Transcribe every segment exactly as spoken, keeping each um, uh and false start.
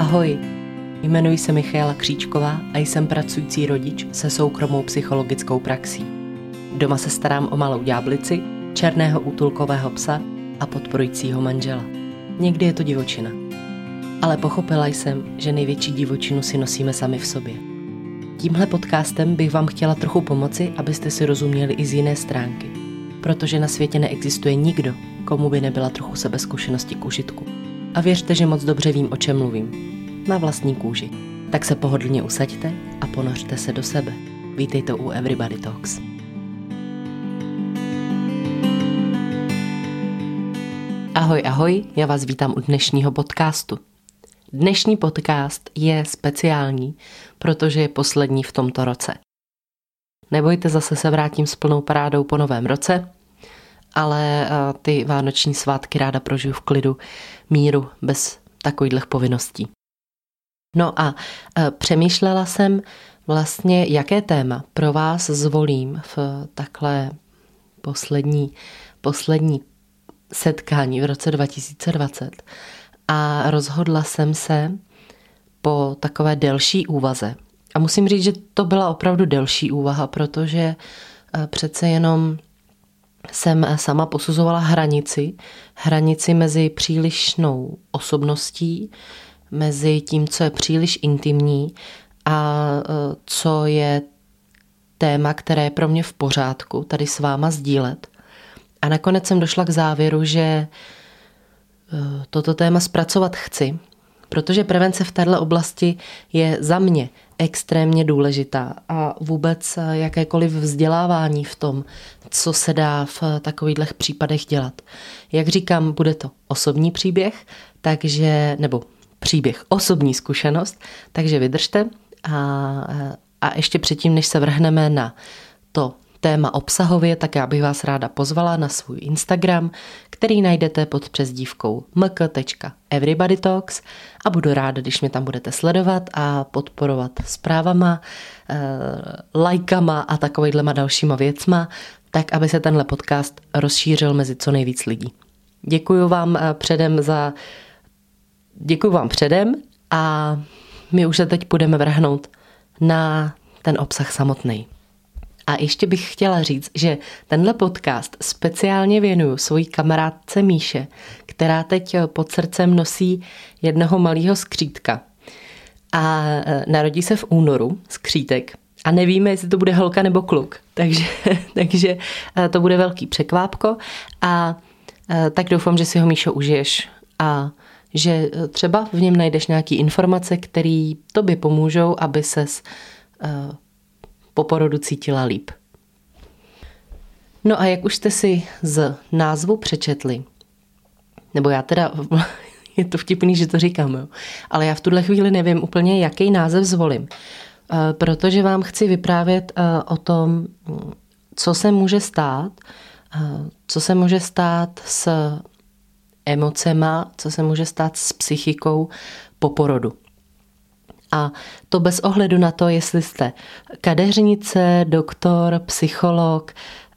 Ahoj, jmenuji se Michaela Kříčková a jsem pracující rodič se soukromou psychologickou praxí. Doma se starám o malou ďáblici, černého útulkového psa a podporujícího manžela. Někdy je to divočina. Ale pochopila jsem, že největší divočinu si nosíme sami v sobě. Tímhle podcastem bych vám chtěla trochu pomoci, abyste si rozuměli i z jiné stránky. Protože na světě neexistuje nikdo, komu by nebyla trochu sebezkušenosti k užitku. A věřte, že moc dobře vím, o čem mluvím. Na vlastní kůži. Tak se pohodlně usaďte a ponořte se do sebe. Vítejte u Everybody Talks. Ahoj, ahoj, já vás vítám u dnešního podcastu. Dnešní podcast je speciální, protože je poslední v tomto roce. Nebojte, zase se vrátím s plnou parádou po novém roce, ale ty vánoční svátky ráda prožiju v klidu, míru, bez takových povinností. No a přemýšlela jsem vlastně, jaké téma pro vás zvolím v takhle poslední, poslední setkání v roce dva tisíce dvacet a rozhodla jsem se po takové delší úvaze. A musím říct, že to byla opravdu delší úvaha, protože přece jenom jsem sama posuzovala hranici, hranici mezi přílišnou osobností, mezi tím, co je příliš intimní a co je téma, které je pro mě v pořádku tady s váma sdílet. A nakonec jsem došla k závěru, že toto téma zpracovat chci, protože prevence v této oblasti je za mě extrémně důležitá a vůbec jakékoliv vzdělávání v tom, co se dá v takovýchto případech dělat. Jak říkám, bude to osobní příběh, takže, nebo příběh, osobní zkušenost, takže vydržte a, a ještě předtím, než se vrhneme na to téma obsahově, tak já bych vás ráda pozvala na svůj Instagram, který najdete pod přezdívkou m k tečka everybody talks a budu ráda, když mě tam budete sledovat a podporovat zprávama, lajkama a takovejhlema dalšíma věcma, tak aby se tenhle podcast rozšířil mezi co nejvíc lidí. Děkuju vám předem za děkuju vám předem a my už se teď budeme vrhnout na ten obsah samotný. A ještě bych chtěla říct, že tenhle podcast speciálně věnuju svojí kamarádce Míše, která teď pod srdcem nosí jednoho malého skřítka. A narodí se v únoru skřítek. A nevíme, jestli to bude holka nebo kluk. Takže, takže to bude velký překvápko. A tak doufám, že si ho, Míšo, užiješ a že třeba v něm najdeš nějaké informace, které tobě pomůžou, aby ses po porodu cítila líp. No a jak už jste si z názvu přečetli, nebo já teda, je to vtipný, že to říkám, jo, ale já v tuhle chvíli nevím úplně, jaký název zvolím, protože vám chci vyprávět o tom, co se může stát, co se může stát s emocema, co se může stát s psychikou po porodu. A to bez ohledu na to, jestli jste kadeřnice, doktor, psycholog,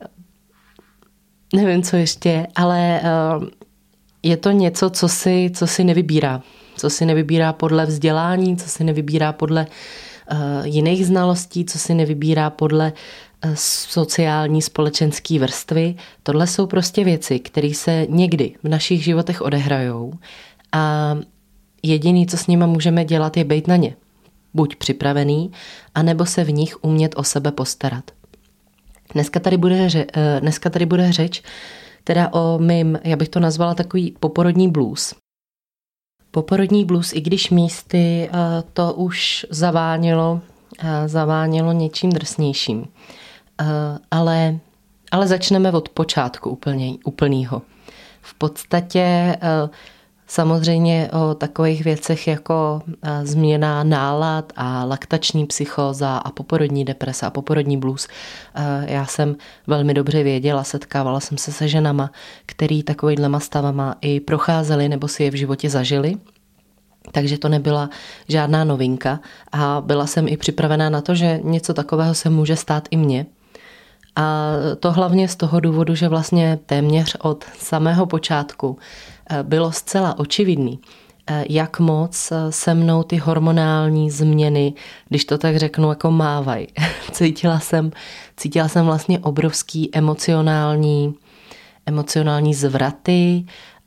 nevím co ještě, ale je to něco, co si, co si nevybírá. Co si nevybírá podle vzdělání, co si nevybírá podle jiných znalostí, co si nevybírá podle sociální, společenské vrstvy. Tohle jsou prostě věci, které se někdy v našich životech odehrajou a jediný, co s nima můžeme dělat, je být na ně. Buď připravený, anebo se v nich umět o sebe postarat. Dneska tady bude, ře, dneska tady bude řeč teda o mým, já bych to nazvala takový poporodní blues. Poporodní blues, i když místy to už zavánilo, zavánilo něčím drsnějším. Ale, ale začneme od počátku úplně, úplnýho. V podstatě samozřejmě o takových věcech jako změna nálad a laktační psychóza a poporodní deprese a poporodní blues. Já jsem velmi dobře věděla, setkávala jsem se se ženama, který takovýhlema stavama i procházeli nebo si je v životě zažili. Takže to nebyla žádná novinka a byla jsem i připravená na to, že něco takového se může stát i mně. A to hlavně z toho důvodu, že vlastně téměř od samého počátku bylo zcela očividný, jak moc se mnou ty hormonální změny, když to tak řeknu, jako mávaj. Cítila jsem, cítila jsem vlastně obrovský emocionální, emocionální zvraty.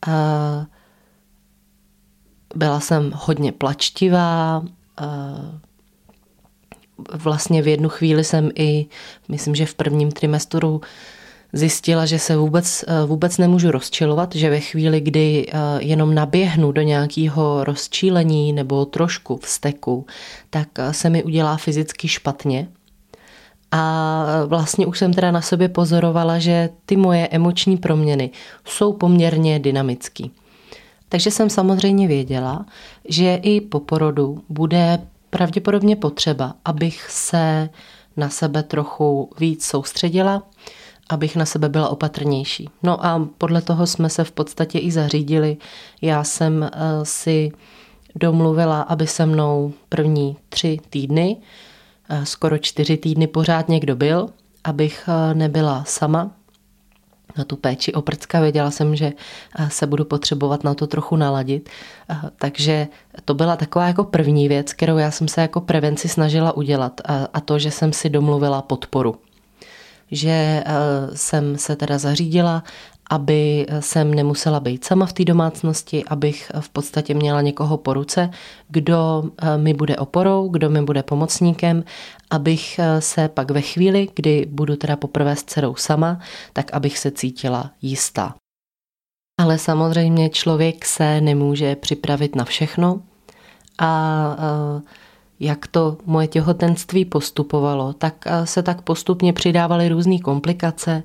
Byla jsem hodně plačtivá. Vlastně v jednu chvíli jsem i, myslím, že v prvním trimestru zjistila, že se vůbec, vůbec nemůžu rozčilovat, že ve chvíli, kdy jenom naběhnu do nějakého rozčílení nebo trošku vzteku, tak se mi udělá fyzicky špatně. A vlastně už jsem teda na sobě pozorovala, že ty moje emoční proměny jsou poměrně dynamický. Takže jsem samozřejmě věděla, že i po porodu bude pravděpodobně potřeba, abych se na sebe trochu víc soustředila, abych na sebe byla opatrnější. No a podle toho jsme se v podstatě i zařídili. Já jsem si domluvila, aby se mnou první tři týdny, skoro čtyři týdny pořád někdo byl, abych nebyla sama na tu péči o prcka. Věděla jsem, že se budu potřebovat na to trochu naladit. Takže to byla taková jako první věc, kterou já jsem se jako prevenci snažila udělat, a to, že jsem si domluvila podporu. Že jsem se teda zařídila, aby jsem nemusela být sama v té domácnosti, abych v podstatě měla někoho po ruce, kdo mi bude oporou, kdo mi bude pomocníkem, abych se pak ve chvíli, kdy budu teda poprvé s dcerou sama, tak abych se cítila jistá. Ale samozřejmě člověk se nemůže připravit na všechno a jak to moje těhotenství postupovalo, tak se tak postupně přidávaly různé komplikace.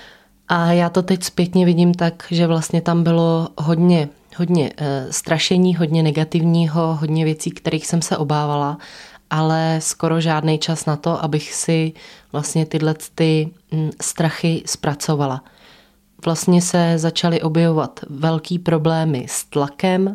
A já to teď zpětně vidím tak, že vlastně tam bylo hodně, hodně strašení, hodně negativního, hodně věcí, kterých jsem se obávala, ale skoro žádný čas na to, abych si vlastně tyhle ty strachy zpracovala. Vlastně se začaly objevovat velký problémy s tlakem,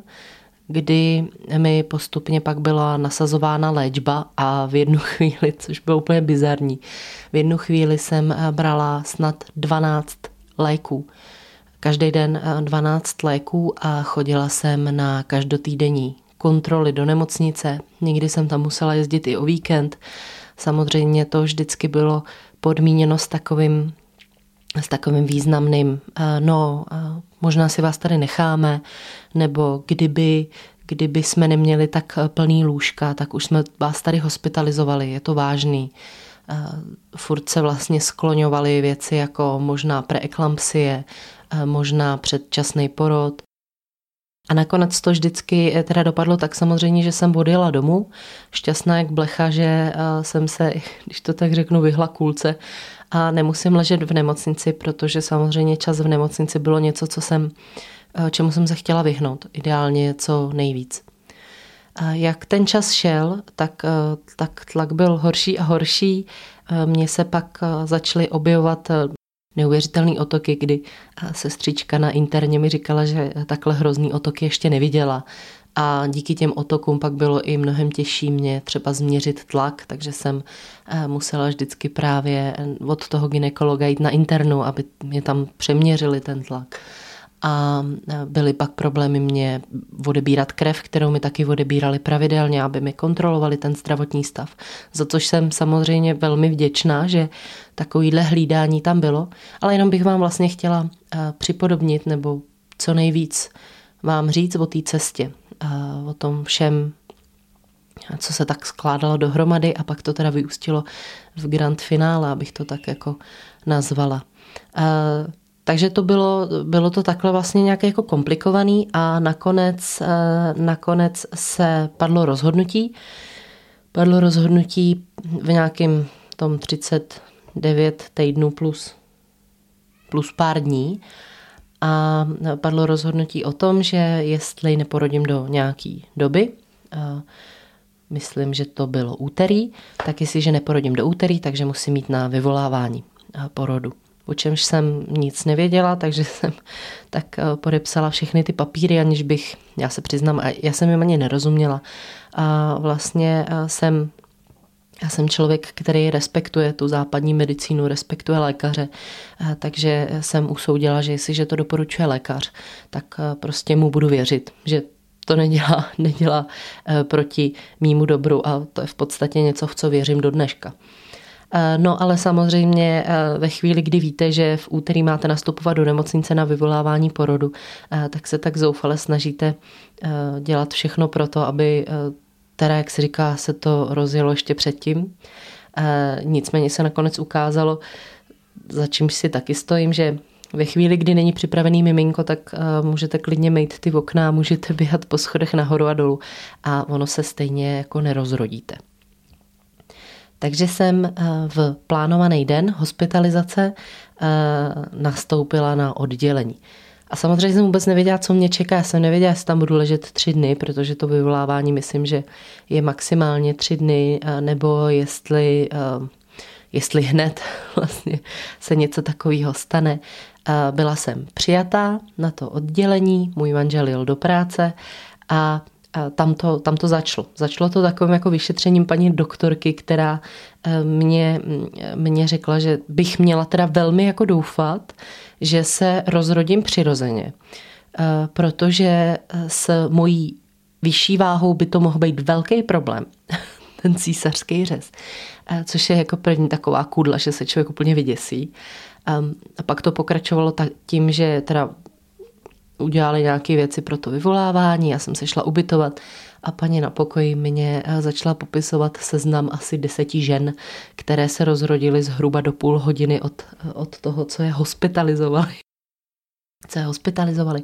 kdy mi postupně pak byla nasazována léčba a v jednu chvíli, což bylo úplně bizarní, v jednu chvíli jsem brala snad dvanáct léků. Každý den dvanáct léků a chodila jsem na každotýdenní kontroly do nemocnice. Někdy jsem tam musela jezdit i o víkend. Samozřejmě to vždycky bylo podmíněno s takovým, s takovým významným, no, možná si vás tady necháme, nebo kdyby, kdyby jsme neměli tak plný lůžka, tak už jsme vás tady hospitalizovali, je to vážný. Furt se vlastně skloňovaly věci jako možná preeklampsie, možná předčasný porod. A nakonec to vždycky teda dopadlo tak samozřejmě, že jsem odjela domů, šťastná jak blecha, že jsem se, když to tak řeknu, vyhla kůlce a nemusím ležet v nemocnici, protože samozřejmě čas v nemocnici bylo něco, co jsem, čemu jsem se chtěla vyhnout, ideálně co nejvíc. A jak ten čas šel, tak, tak tlak byl horší a horší. Mně se pak začaly objevovat neuvěřitelný otoky, kdy sestřička na interně mi říkala, že takhle hrozný otoky ještě neviděla. A díky těm otokům pak bylo i mnohem těžší mě třeba změřit tlak, takže jsem musela vždycky právě od toho gynekologa jít na internu, aby mě tam přeměřili ten tlak. A byly pak problémy mě odebírat krev, kterou mi taky odebírali pravidelně, aby mi kontrolovali ten zdravotní stav. Za což jsem samozřejmě velmi vděčná, že takovýhle hlídání tam bylo, ale jenom bych vám vlastně chtěla připodobnit nebo co nejvíc vám říct o té cestě, o tom všem, co se tak skládalo dohromady a pak to teda vyústilo v grand finále, abych to tak jako nazvala. Takže to bylo, bylo to takhle vlastně nějak jako komplikovaný a nakonec, nakonec se padlo rozhodnutí. Padlo rozhodnutí v nějakém tom třicet devět týdnů plus, plus pár dní a padlo rozhodnutí o tom, že jestli neporodím do nějaký doby, myslím, že to bylo úterý, tak jestliže neporodím do úterý, takže musím mít na vyvolávání porodu. O čemž jsem nic nevěděla, takže jsem tak podepsala všechny ty papíry, aniž bych, já se přiznám, já jsem jim ani nerozuměla. A vlastně jsem, já jsem člověk, který respektuje tu západní medicínu, respektuje lékaře, takže jsem usoudila, že jestliže to doporučuje lékař, tak prostě mu budu věřit, že to nedělá, nedělá proti mýmu dobru a to je v podstatě něco, v co věřím do dneška. No ale samozřejmě ve chvíli, kdy víte, že v úterý máte nastupovat do nemocnice na vyvolávání porodu, tak se tak zoufale snažíte dělat všechno pro to, aby teda, jak se říká, se to rozjelo ještě předtím. Nicméně se nakonec ukázalo, za čímž si taky stojím, že ve chvíli, kdy není připravený miminko, tak můžete klidně mejt ty okna, můžete běhat po schodech nahoru a dolů a ono se stejně jako nerozrodíte. Takže jsem v plánovaný den hospitalizace nastoupila na oddělení. A samozřejmě jsem vůbec nevěděla, co mě čeká. Já jsem nevěděla, jestli tam budu ležet tři dny, protože to vyvolávání myslím, že je maximálně tři dny, nebo jestli, jestli hned vlastně se něco takového stane. Byla jsem přijatá na to oddělení, můj manžel jel do práce a Tam to, tam to začalo. Začalo to takovým jako vyšetřením paní doktorky, která mě, mě řekla, že bych měla teda velmi jako doufat, že se rozrodím přirozeně. Protože s mojí vyšší váhou by to mohl být velký problém. Ten císařský řez. Což je jako první taková kudla, že se člověk úplně vyděsí. A pak to pokračovalo tím, že teda udělali nějaké věci pro to vyvolávání, já jsem se šla ubytovat a paní na pokoji mě začala popisovat seznam asi deseti žen, které se rozrodily zhruba do půl hodiny od, od toho, co je hospitalizovali. Co je hospitalizovali.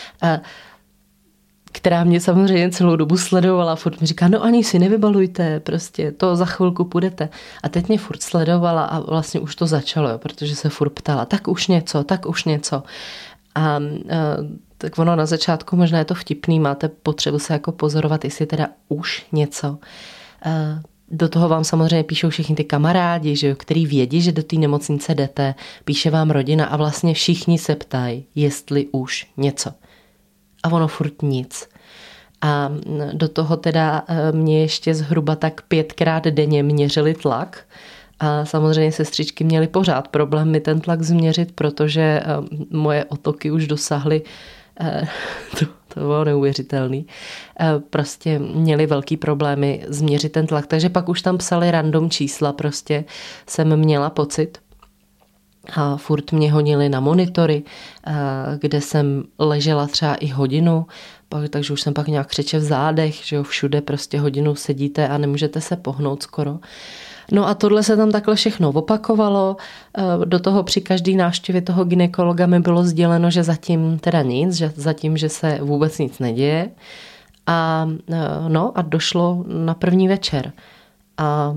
Která mě samozřejmě celou dobu sledovala, furt mi říká, no ani si nevybalujte, prostě to za chvilku půjdete. A teď mě furt sledovala a vlastně už to začalo, jo, protože se furt ptala, tak už něco, tak už něco. A tak ono na začátku možná je to vtipný, máte potřebu se jako pozorovat, jestli teda už něco. Do toho vám samozřejmě píšou všichni ty kamarádi, že jo, který vědí, že do té nemocnice jdete, píše vám rodina a vlastně všichni se ptají, jestli už něco. A ono furt nic. A do toho teda mě ještě zhruba tak pětkrát denně měřili tlak. A samozřejmě sestřičky měly pořád problém mi ten tlak změřit, protože moje otoky už dosáhly, to, to bylo neuvěřitelný, prostě měly velký problémy změřit ten tlak. Takže pak už tam psali random čísla, prostě jsem měla pocit. A furt mě honili na monitory, kde jsem ležela třeba i hodinu, takže už jsem pak nějak křeče v zádech, že jo, všude prostě hodinu sedíte a nemůžete se pohnout skoro. No a tohle se tam takhle všechno opakovalo. Do toho při každé návštěvě toho gynekologa mi bylo sděleno, že zatím teda nic, že zatím, že se vůbec nic neděje. A no a došlo na první večer. A, a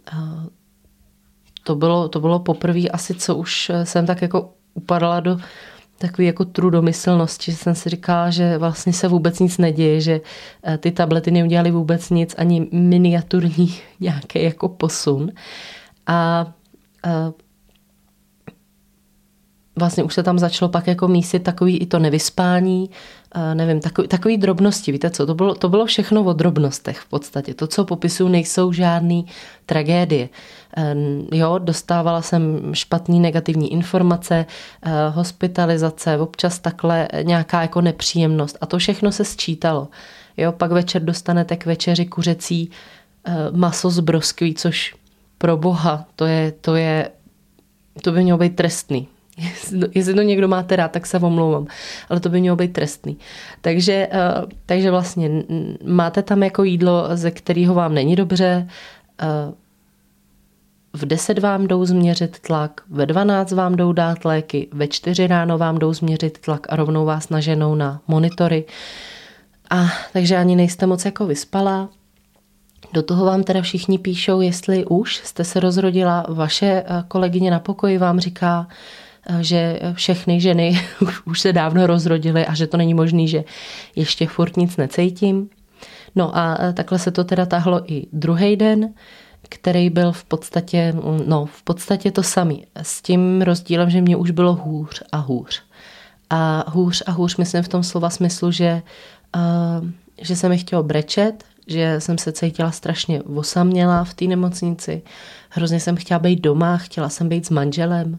to bylo, to bylo poprvé asi, co už jsem tak jako upadala do takový jako trudomyslnosti, že jsem si říkala, že vlastně se vůbec nic neděje, že ty tablety neudělaly vůbec nic, ani miniaturní nějaký jako posun. A, a vlastně už se tam začalo pak jako mísit takový i to nevyspání, nevím, takový, takový drobnosti, víte co, to bylo, to bylo všechno o drobnostech v podstatě. To, co popisuju, nejsou žádný tragédie. Jo, dostávala jsem špatný negativní informace, hospitalizace, občas takhle nějaká jako nepříjemnost a to všechno se sčítalo. Jo, pak večer dostanete k večeři kuřecí maso z broskví, což pro boha, to je, to je, to by mělo být trestný. Jestli to někdo máte rád, tak se omlouvám, ale to by mělo být trestný. Takže, takže vlastně máte tam jako jídlo, ze kterého vám není dobře, v deset vám jdou změřit tlak, ve dvanáct vám jdou dát léky, ve čtyři ráno vám jdou změřit tlak a rovnou vás naženou na monitory. A takže ani nejste moc jako vyspalá. Do toho vám teda všichni píšou, jestli už jste se rozrodila, vaše kolegyně na pokoji vám říká, že všechny ženy už se dávno rozrodily a že to není možný, že ještě furt nic necítím. No a takhle se to teda tahlo i druhý den, který byl v podstatě, no v podstatě to samý. S tím rozdílem, že mě už bylo hůř a hůř. A hůř a hůř myslím v tom slova smyslu, že, uh, že se mi chtělo brečet, že jsem se cítila strašně osamělá v té nemocnici. Hrozně jsem chtěla být doma, chtěla jsem být s manželem.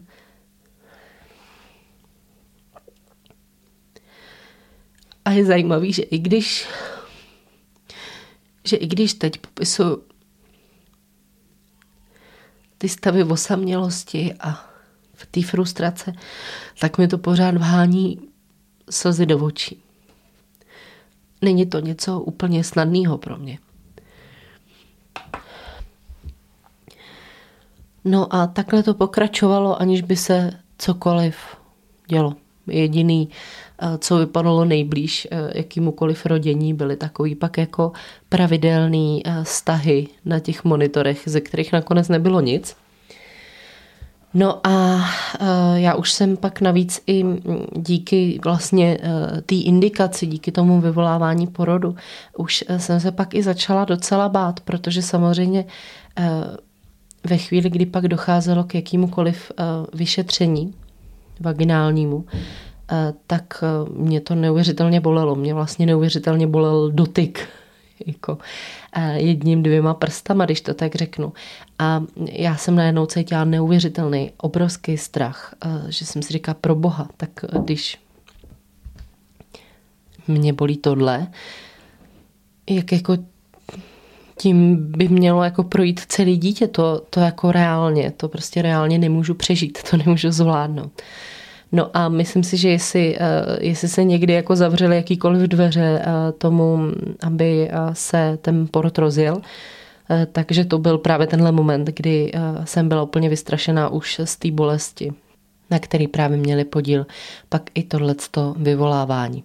A je zajímavý, že i když že i když teď popisuju ty stavy osamělosti a v té frustrace, tak mi to pořád vhání slzy do očí. Není to něco úplně snadného pro mě. No a takhle to pokračovalo, aniž by se cokoliv dělo. Jediný, co vypadalo nejblíž jakýmukoliv rodění, byly takový pak jako pravidelný vztahy na těch monitorech, ze kterých nakonec nebylo nic. No a já už jsem pak navíc i díky vlastně té indikaci, díky tomu vyvolávání porodu, už jsem se pak i začala docela bát, protože samozřejmě ve chvíli, kdy pak docházelo k jakýmukoliv vyšetření vaginálnímu, tak mě to neuvěřitelně bolelo. Mě vlastně neuvěřitelně bolel dotyk. Jako jedním, dvěma prstama, když to tak řeknu. A já jsem najednou cítila neuvěřitelný, obrovský strach, že jsem si říkala, pro boha, tak když mě bolí tohle, jak jako tím by mělo jako projít celý dítě, to, to jako reálně, to prostě reálně nemůžu přežít, to nemůžu zvládnout. No a myslím si, že jestli, jestli se někdy jako zavřely jakýkoliv dveře tomu, aby se ten porod rozjel, takže to byl právě tenhle moment, kdy jsem byla úplně vystrašená už z té bolesti, na který právě měli podíl pak i tohleto vyvolávání.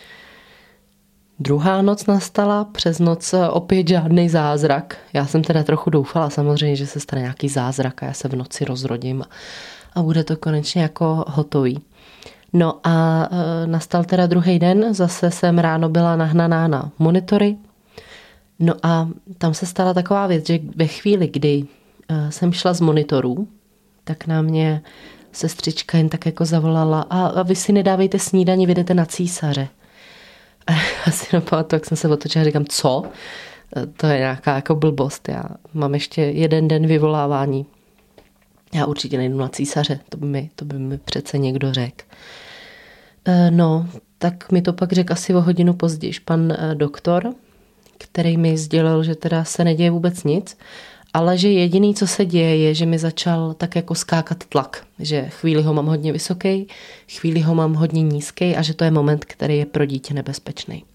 Druhá noc nastala, přes noc opět žádný zázrak. Já jsem teda trochu doufala samozřejmě, že se stane nějaký zázrak a já se v noci rozrodím a, a bude to konečně jako hotový. No a e, nastal teda druhý den, zase jsem ráno byla nahnaná na monitory. No a tam se stala taková věc, že ve chvíli, kdy e, jsem šla z monitorů, tak na mě sestřička jen tak jako zavolala a, a vy si nedávejte snídani, vy jdete na císaře. A já si napamatuju, jak jsem se otočila a říkám, co? To je nějaká jako blbost. Já mám ještě jeden den vyvolávání. Já určitě nejdu na císaře, to by mi, to by mi přece někdo řekl. No, tak mi to pak řekl asi o hodinu později pan doktor, který mi sdělil, že teda se neděje vůbec nic, ale že jediný, co se děje, je, že mi začal tak jako skákat tlak. Že chvíli ho mám hodně vysoký, chvíli ho mám hodně nízký a že to je moment, který je pro dítě nebezpečný.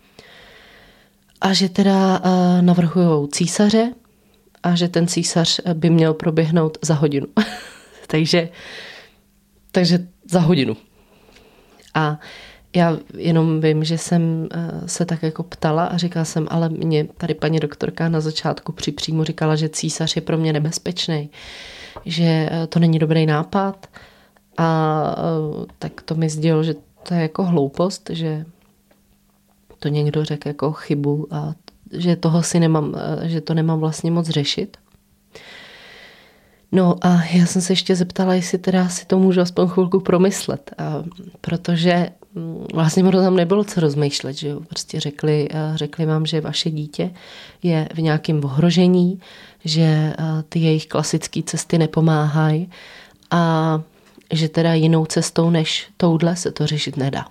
A že teda uh, navrhujou císaře a že ten císař by měl proběhnout za hodinu. takže, takže za hodinu. A já jenom vím, že jsem se tak jako ptala a říkala jsem, ale mě tady paní doktorka na začátku při příjmu říkala, že císař je pro mě nebezpečný, že to není dobrý nápad a tak to mi sdělilo, že to je jako hloupost, že to někdo řekl jako chybu a že toho si nemám, že to nemám vlastně moc řešit. No a já jsem se ještě zeptala, jestli teda si to můžu aspoň chvilku promyslet, a protože vlastně mi to tam nebylo co rozmýšlet, že jo. Prostě řekli, řekli vám, že vaše dítě je v nějakém ohrožení, že ty jejich klasické cesty nepomáhají a že teda jinou cestou než touhle se to řešit nedá.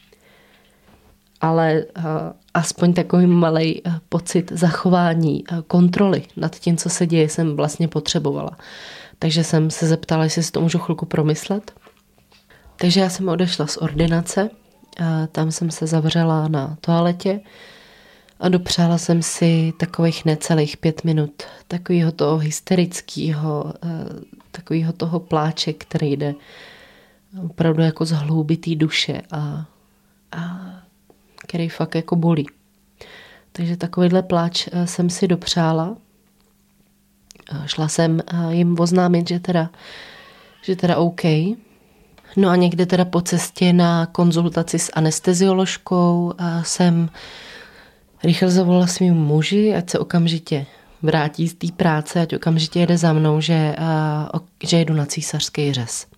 Ale aspoň takový malej pocit zachování kontroly nad tím, co se děje, jsem vlastně potřebovala. Takže jsem se zeptala, jestli si to můžu chvilku promyslet. Takže já jsem odešla z ordinace, a tam jsem se zavřela na toaletě a dopřála jsem si takových necelých pět minut takového toho hysterického, takového toho pláče, který jde opravdu jako z hloubi té duše a, a který fakt jako bolí. Takže takovýhle pláč jsem si dopřála. Šla jsem jim oznámit, že teda, že teda OK. No a někde teda po cestě na konzultaci s anestezioložkou jsem rychle zavolala svým muži, ať se okamžitě vrátí z té práce, ať okamžitě jede za mnou, že, že jedu na císařský řez.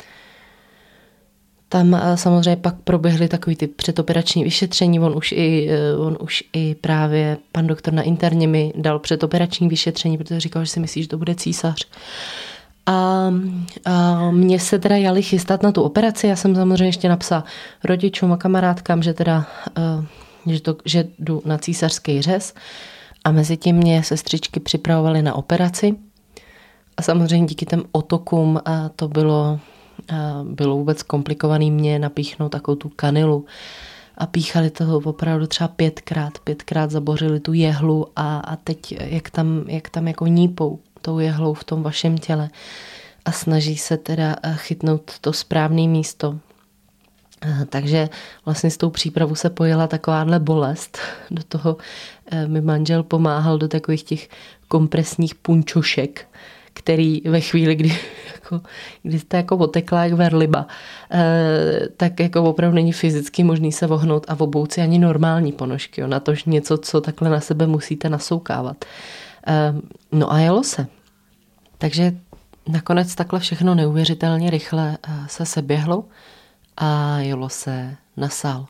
Tam samozřejmě pak proběhly takový ty předoperační vyšetření, on už, i, on už i právě pan doktor na interně mi dal předoperační vyšetření, protože říkal, že si myslí, že to bude císař. A, a mě se teda jali chystat na tu operaci, já jsem samozřejmě ještě napsala rodičům a kamarádkám, že teda, že, to, že jdu na císařský řez A mezi tím mě sestřičky připravovaly na operaci. A samozřejmě díky těm otokům to bylo, bylo vůbec komplikovaný mě napíchnout takovou tu kanilu. A píchali toho opravdu třeba pětkrát. Pětkrát zabořili tu jehlu a, a teď jak tam, jak tam jako nípou tou jehlou v tom vašem těle a snaží se teda chytnout to správné místo. Takže vlastně s tou přípravou se pojela takováhle bolest. Do toho mi manžel pomáhal do takových těch kompresních punčošek, který ve chvíli, kdy, jako, kdy jste jako otekla jak verliba, tak jako opravdu není fyzicky možný se vohnout a obout si ani normální ponožky. Jo, na tož něco, co takhle na sebe musíte nasoukávat. No a jelo se. Takže nakonec takhle všechno neuvěřitelně rychle se seběhlo a jelo se na sál.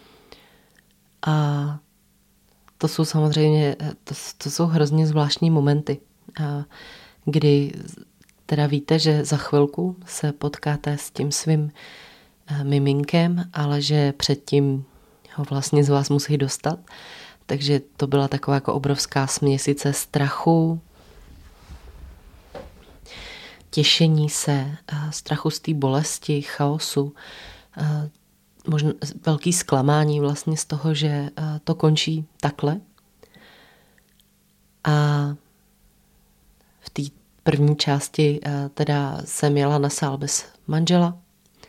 A to jsou samozřejmě, to, to jsou hrozně zvláštní momenty, kdy teda víte, že za chvilku se potkáte s tím svým miminkem, ale že předtím ho vlastně z vás musí dostat. Takže to byla taková jako obrovská směsice strachu, těšení se, strachu z té bolesti, chaosu, možná velký zklamání vlastně z toho, že to končí takhle. A v té první části teda jsem jela na sál bez manžela,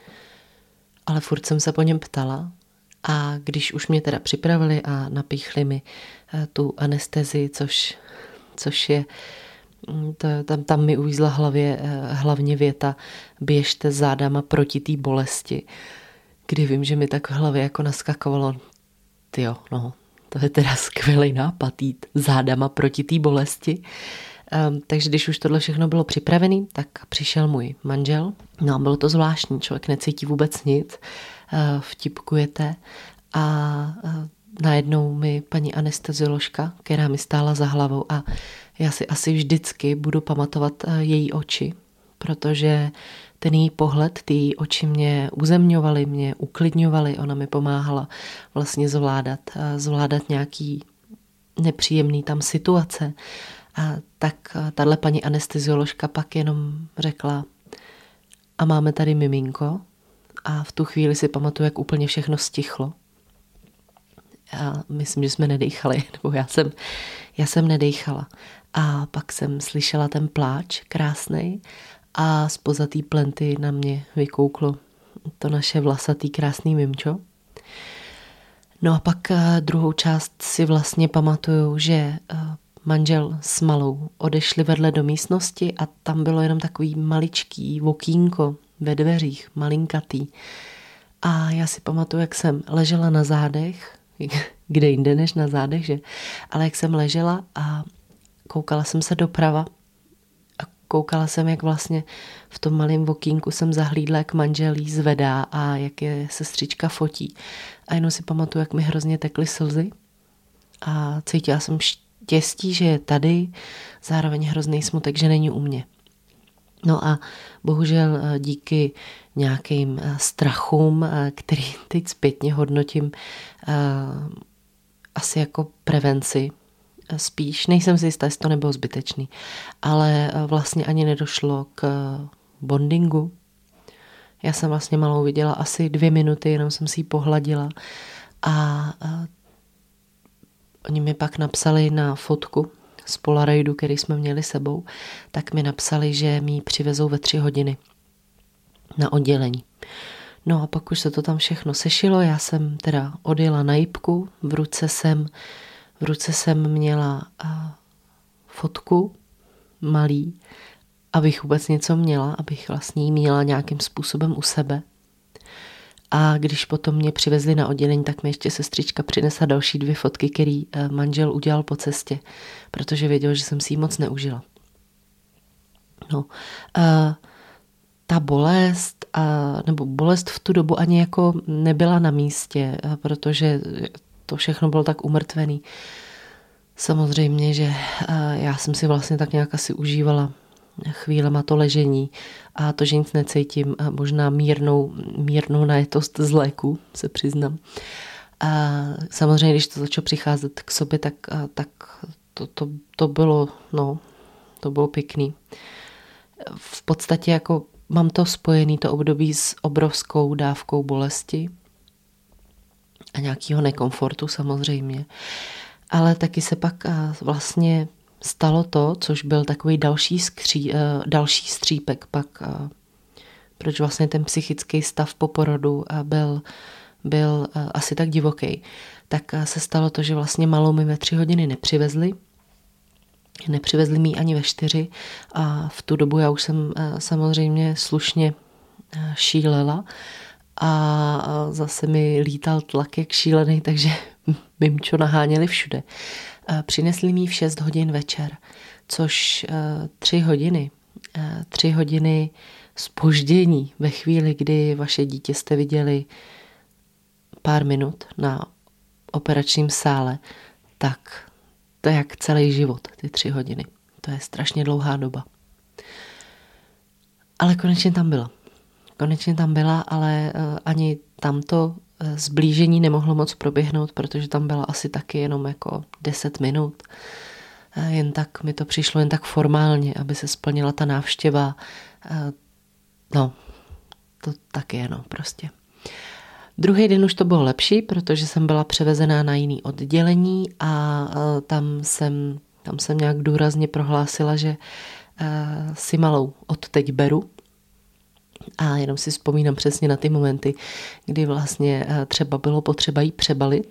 ale furt jsem se po něm ptala. A když už mě teda připravili a napíchli mi tu anestezii, což, což je, to, tam, tam mi uvízla hlavě, hlavně věta běžte zádama proti té bolesti, kdy vím, že mi tak v hlavě jako naskakovalo, tyjo, no, to je teda skvělý nápad jít zádama proti té bolesti. Um, takže když už tohle všechno bylo připravené, tak přišel můj manžel. No a bylo to zvláštní, člověk necítí vůbec nic, uh, vtipkujete a uh, najednou mi paní anestezioložka, která mi stála za hlavou a já si asi vždycky budu pamatovat uh, její oči, protože ten její pohled, ty její oči mě uzemňovaly, mě uklidňovaly, ona mi pomáhala vlastně zvládat, uh, zvládat nějaký nepříjemný tam situace. A tak tahle paní anestezioložka pak jenom řekla a máme tady miminko a v tu chvíli si pamatuju, jak úplně všechno stichlo. A myslím, že jsme nedejchali, nebo já jsem, já jsem nedejchala. A pak jsem slyšela ten pláč krásnej a zpoza té plenty na mě vykouklo to naše vlasatý krásný mimčo. No a pak druhou část si vlastně pamatuju, že manžel s malou odešli vedle do místnosti a tam bylo jenom takový maličký okýnko ve dveřích, malinkatý. A já si pamatuju, jak jsem ležela na zádech, kde jinde než na zádech, že? Ale jak jsem ležela a koukala jsem se doprava a koukala jsem, jak vlastně v tom malém okýnku jsem zahlídla, jak manžel jí zvedá a jak je sestřička fotí. A jenom si pamatuju, jak mi hrozně tekly slzy a cítila jsem štěstí, že je tady, zároveň hrozný smutek, že není u mě. No a bohužel díky nějakým strachům, který teď zpětně hodnotím asi jako prevenci, spíš, nejsem si jistá, jestli to nebylo zbytečný, ale vlastně ani nedošlo k bondingu. Já jsem vlastně malou viděla asi dvě minuty, jenom jsem si ji pohladila a oni mi pak napsali na fotku z Polaroidu, který jsme měli sebou, tak mi napsali, že mi ji přivezou ve tři hodiny na oddělení. No a pak už se to tam všechno sešilo, já jsem teda odjela na jipku, v ruce jsem, v ruce jsem měla a, fotku malý, abych vůbec něco měla, abych vlastně ji měla nějakým způsobem u sebe. A když potom mě přivezli na oddělení, tak mi ještě sestřička přinesla další dvě fotky, který manžel udělal po cestě, protože věděl, že jsem si ji moc neužila. No, a ta bolest, a, nebo bolest v tu dobu ani jako nebyla na místě, protože to všechno bylo tak umrtvený. Samozřejmě, že já jsem si vlastně tak nějak asi užívala chvílema to ležení a to, že nic necítím, a možná mírnou, mírnou najetost z léku, se přiznám. A samozřejmě, když to začalo přicházet k sobě, tak, tak to, to, to bylo, no, to bylo pěkný. V podstatě jako mám to spojený to období s obrovskou dávkou bolesti a nějakého nekomfortu samozřejmě. Ale taky se pak vlastně stalo to, což byl takový další, skří, další střípek pak, proč vlastně ten psychický stav po porodu byl, byl asi tak divoký. Tak se stalo to, že vlastně malou mi ve tři hodiny nepřivezli. Nepřivezli mi ani ve čtyři a v tu dobu já už jsem samozřejmě slušně šílela a zase mi lítal tlak jak šílený, takže mimčo naháněli všude. Přinesli mi v šest hodin večer, což tři hodiny, tři hodiny zpoždění ve chvíli, kdy vaše dítě jste viděli pár minut na operačním sále, tak to je jak celý život, ty tři hodiny. To je strašně dlouhá doba. Ale konečně tam byla. Konečně tam byla, ale ani tamto zblížení nemohlo moc proběhnout, protože tam byla asi taky jenom jako deset minut. Jen tak mi to přišlo jen tak formálně, aby se splnila ta návštěva. No, to taky je no, prostě. Druhý den už to bylo lepší, protože jsem byla převezená na jiný oddělení a tam jsem, tam jsem nějak důrazně prohlásila, že si malou odteď beru. A jenom si vzpomínám přesně na ty momenty, kdy vlastně třeba bylo potřeba jí přebalit.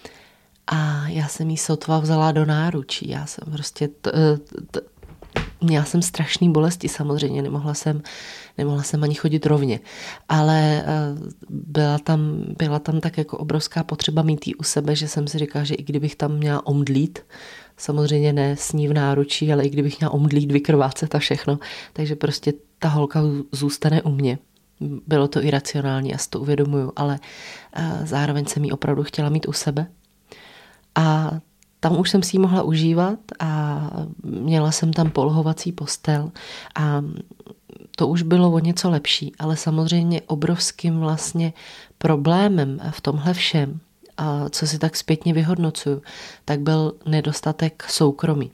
A já jsem jí sotva vzala do náručí. Já jsem prostě... T, t, měla jsem strašný bolesti samozřejmě, nemohla jsem, nemohla jsem ani chodit rovně. Ale byla tam, byla tam tak jako obrovská potřeba mít jí u sebe, že jsem si říkala, že i kdybych tam měla omdlít, samozřejmě ne s ní v náručí, ale i kdybych měla omdlít, vykrvácet a všechno, takže prostě ta holka zůstane u mě. Bylo to iracionální, já si to uvědomuju, ale zároveň jsem jí opravdu chtěla mít u sebe. A tam už jsem si ji mohla užívat a měla jsem tam polohovací postel a to už bylo o něco lepší, ale samozřejmě obrovským vlastně problémem v tomhle všem, a co si tak zpětně vyhodnocuju, tak byl nedostatek soukromí.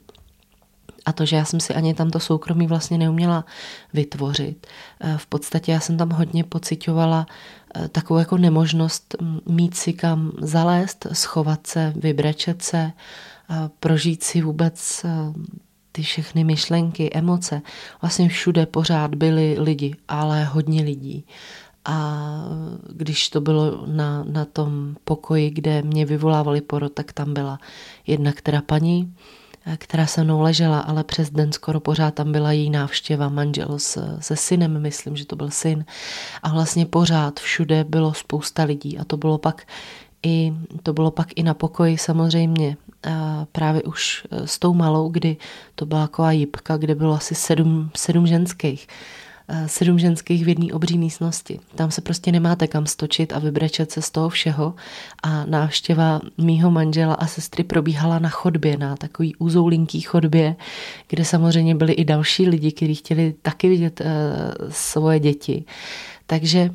A to, že já jsem si ani tam to soukromí vlastně neuměla vytvořit. V podstatě já jsem tam hodně pociťovala takovou jako nemožnost mít si kam zalézt, schovat se, vybrečet se, prožít si vůbec ty všechny myšlenky, emoce. Vlastně všude pořád byli lidi, ale hodně lidí. A když to bylo na, na tom pokoji, kde mě vyvolávali porod, tak tam byla jedna která paní, která se mnou ležela, ale přes den skoro pořád tam byla její návštěva, manžel s, se synem, myslím, že to byl syn. A vlastně pořád všude bylo spousta lidí a to bylo pak i, to bylo pak i na pokoji samozřejmě. A právě už s tou malou, kdy to byla taková jipka, kde bylo asi sedm, sedm ženských. Sedm ženských v jedné obří místnosti. Tam se prostě nemáte kam stočit a vybrečet se z toho všeho a návštěva mýho manžela a sestry probíhala na chodbě, na takový úzoulinký chodbě, kde samozřejmě byli i další lidi, kteří chtěli taky vidět uh, svoje děti. Takže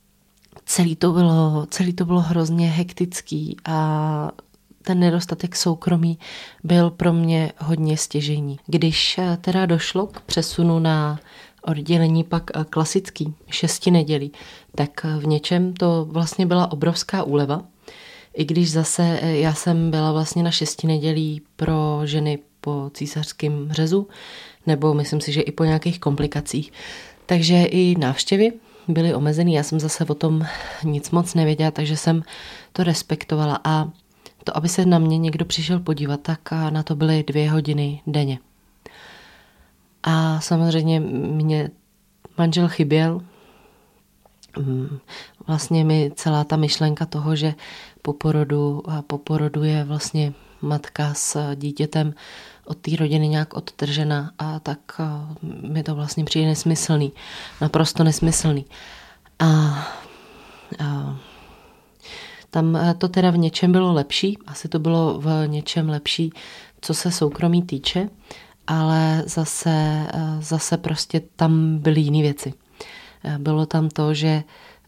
celý to bylo, celý to bylo hrozně hektický a ten nedostatek soukromí byl pro mě hodně stěžejní. Když teda došlo k přesunu na oddělení pak klasický, šesti nedělí, tak v něčem to vlastně byla obrovská úleva. I když zase já jsem byla vlastně na šesti nedělí pro ženy po císařském řezu, nebo myslím si, že i po nějakých komplikacích. Takže i návštěvy byly omezený. Já jsem zase o tom nic moc nevěděla, takže jsem to respektovala. A to, aby se na mě někdo přišel podívat, tak na to byly dvě hodiny denně. A samozřejmě mě manžel chyběl. Vlastně mi celá ta myšlenka toho, že po porodu, po porodu je vlastně matka s dítětem od té rodiny nějak odtržena a tak mi to vlastně přijde nesmyslný. Naprosto nesmyslný. A, a tam to teda v něčem bylo lepší. Asi to bylo v něčem lepší, co se soukromí týče. Ale zase, zase prostě tam byly jiné věci. Bylo tam to, že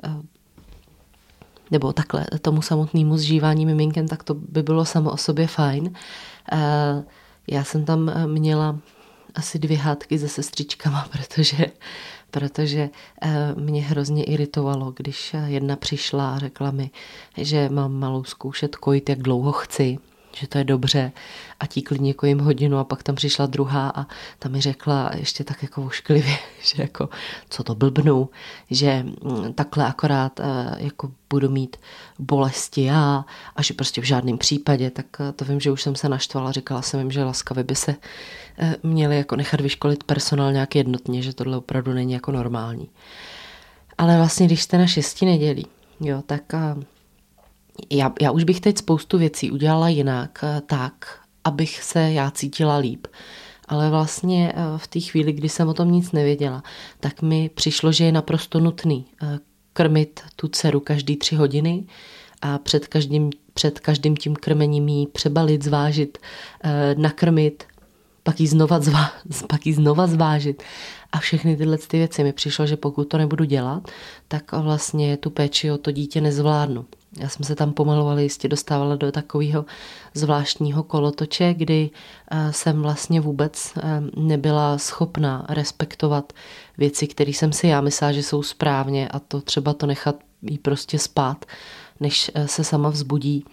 nebo takhle tomu samotnému zžívání miminkem, tak to by bylo samo o sobě fajn. Já jsem tam měla asi dvě hádky se sestřičkama, protože, protože mě hrozně iritovalo, když jedna přišla a řekla mi, že mám malou zkoušet kojit, jak dlouho chci, že to je dobře a tí klidně kojím hodinu a pak tam přišla druhá a ta mi řekla ještě tak jako ošklivě, že jako co to blbnu, že takhle akorát jako budu mít bolesti já a že prostě v žádném případě, tak to vím, že už jsem se naštvala, říkala jsem jim, že laskavě by se měli jako nechat vyškolit personál nějak jednotně, že tohle opravdu není jako normální. Ale vlastně, když jste na šesti nedělí, jo, tak Já, já už bych teď spoustu věcí udělala jinak, tak, abych se já cítila líp. Ale vlastně v té chvíli, kdy jsem o tom nic nevěděla, tak mi přišlo, že je naprosto nutný krmit tu dceru každý tři hodiny a před každým, před každým tím krmením jí přebalit, zvážit, nakrmit, pak jí znova, zvá, pak jí znova zvážit. A všechny tyhle ty věci mi přišlo, že pokud to nebudu dělat, tak vlastně tu péči o to dítě nezvládnu. Já jsem se tam pomalu, ale jistě dostávala do takového zvláštního kolotoče, kdy jsem vlastně vůbec nebyla schopna respektovat věci, které jsem si já myslela, že jsou správně, a to třeba to nechat jí prostě spát, než se sama vzbudí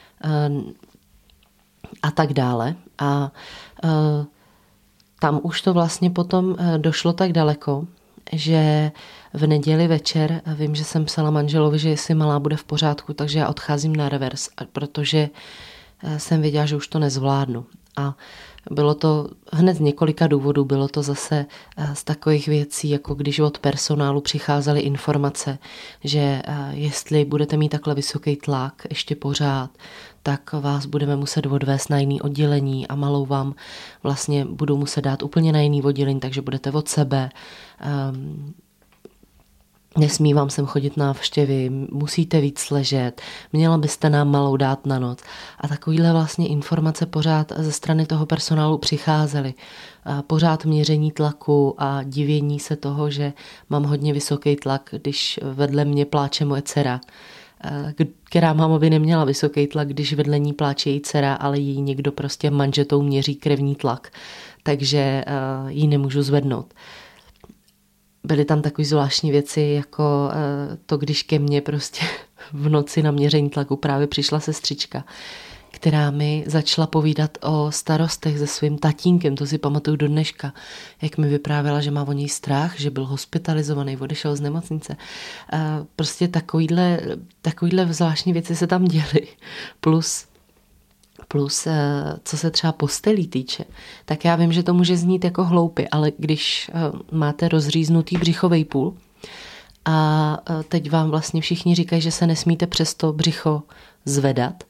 a tak dále. A tam už to vlastně potom došlo tak daleko, že v neděli večer vím, že jsem psala manželovi, že jestli malá bude v pořádku, takže já odcházím na revers, protože jsem věděla, že už to nezvládnu. A bylo to hned z několika důvodů, bylo to zase z takových věcí, jako když od personálu přicházely informace, že jestli budete mít takhle vysoký tlak ještě pořád, tak vás budeme muset odvést na jiný oddělení a malou vám vlastně budou muset dát úplně na jiný oddělení, takže budete od sebe. Um, Nesmí vám sem chodit návštěvy, musíte víc ležet, měla byste nám malou dát na noc. A takovýhle vlastně informace pořád ze strany toho personálu přicházely. Pořád měření tlaku a divění se toho, že mám hodně vysoký tlak, když vedle mě pláče moje dcera, která máma by neměla vysoký tlak, když vedle ní pláče její dcera, ale jí někdo prostě manžetou měří krevní tlak, takže ji nemůžu zvednout. Byly tam takové zvláštní věci, jako to, když ke mně prostě v noci na měření tlaku právě přišla sestřička, která mi začala povídat o starostech se svým tatínkem, to si pamatuju do dneška, jak mi vyprávěla, že má o něj strach, že byl hospitalizovaný, odešel z nemocnice. Prostě takovýhle, takovýhle zvláštní věci se tam děly. Plus Plus, co se třeba postelí týče, tak já vím, že to může znít jako hloupě, ale když máte rozříznutý břichovej půl a teď vám vlastně všichni říkají, že se nesmíte přes to břicho zvedat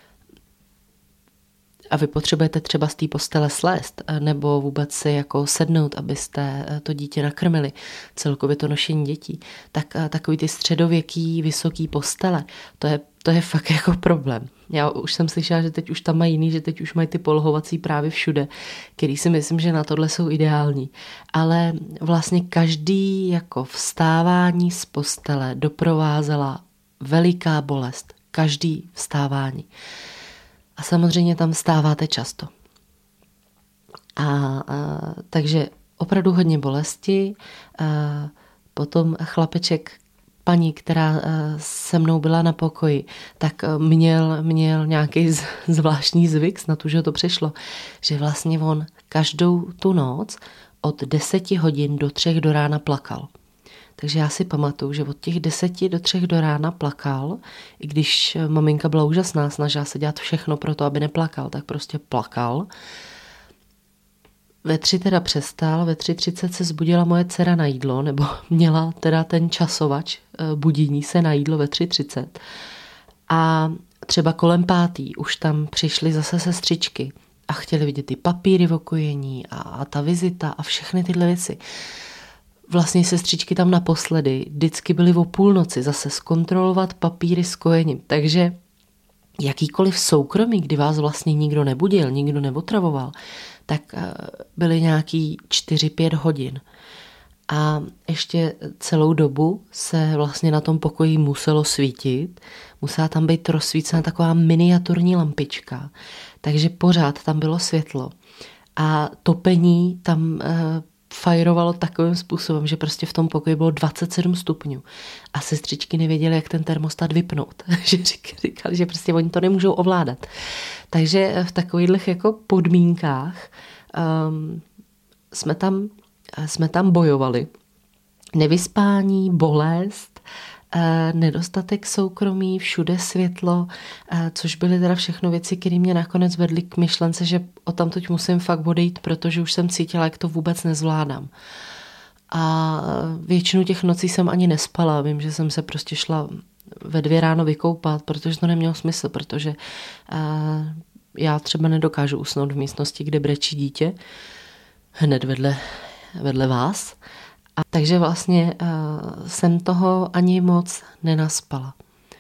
a vy potřebujete třeba z té postele slést nebo vůbec si jako sednout, abyste to dítě nakrmili, celkově to nošení dětí, tak takový ty středověký, vysoký postele, to je, to je fakt jako problém. Já už jsem slyšela, že teď už tam mají jiný, že teď už mají ty polohovací právě všude, který si myslím, že na tohle jsou ideální. Ale vlastně každý jako vstávání z postele doprovázela veliká bolest. Každý vstávání. A samozřejmě tam vstáváte často. A, a takže opravdu hodně bolesti. A potom chlapeček, paní, která se mnou byla na pokoji, tak měl, měl nějaký zvláštní zvyk, snad už ho to přešlo, že vlastně on každou tu noc od deseti hodin do třech do rána plakal. Takže já si pamatuju, že od těch deseti do třech do rána plakal, i když maminka byla úžasná, snažila se dělat všechno pro to, aby neplakal, tak prostě plakal. Ve tři teda přestal, ve tři třicet se zbudila moje dcera na jídlo, nebo měla teda ten časovač budění se na jídlo ve tři třicet. A třeba kolem pátý už tam přišly zase sestřičky a chtěli vidět ty papíry v okojení a, a ta vizita a všechny tyhle věci. Vlastně sestřičky tam naposledy vždycky byly o půlnoci zase zkontrolovat papíry s kojením. Takže jakýkoliv soukromí, kdy vás vlastně nikdo nebudil, nikdo neotravoval, tak byly nějaký čtyři pět hodin. A ještě celou dobu se vlastně na tom pokoji muselo svítit. Musela tam být rozsvícena taková miniaturní lampička. Takže pořád tam bylo světlo. A topení tam e, fajrovalo takovým způsobem, že prostě v tom pokoji bylo dvacet sedm stupňů. A sestřičky nevěděly, jak ten termostat vypnout. že říkali, že prostě oni to nemůžou ovládat. Takže v takových jako podmínkách um, jsme tam jsme tam bojovali. Nevyspání, bolest, nedostatek soukromí, všude světlo, což byly teda všechno věci, které mě nakonec vedly k myšlence, že odtamtud musím fakt odejít, protože už jsem cítila, jak to vůbec nezvládám. A většinu těch nocí jsem ani nespala. Vím, že jsem se prostě šla ve dvě ráno vykoupat, protože to nemělo smysl, protože já třeba nedokážu usnout v místnosti, kde brečí dítě, hned vedle vedle vás. A takže vlastně uh, jsem toho ani moc nenaspala.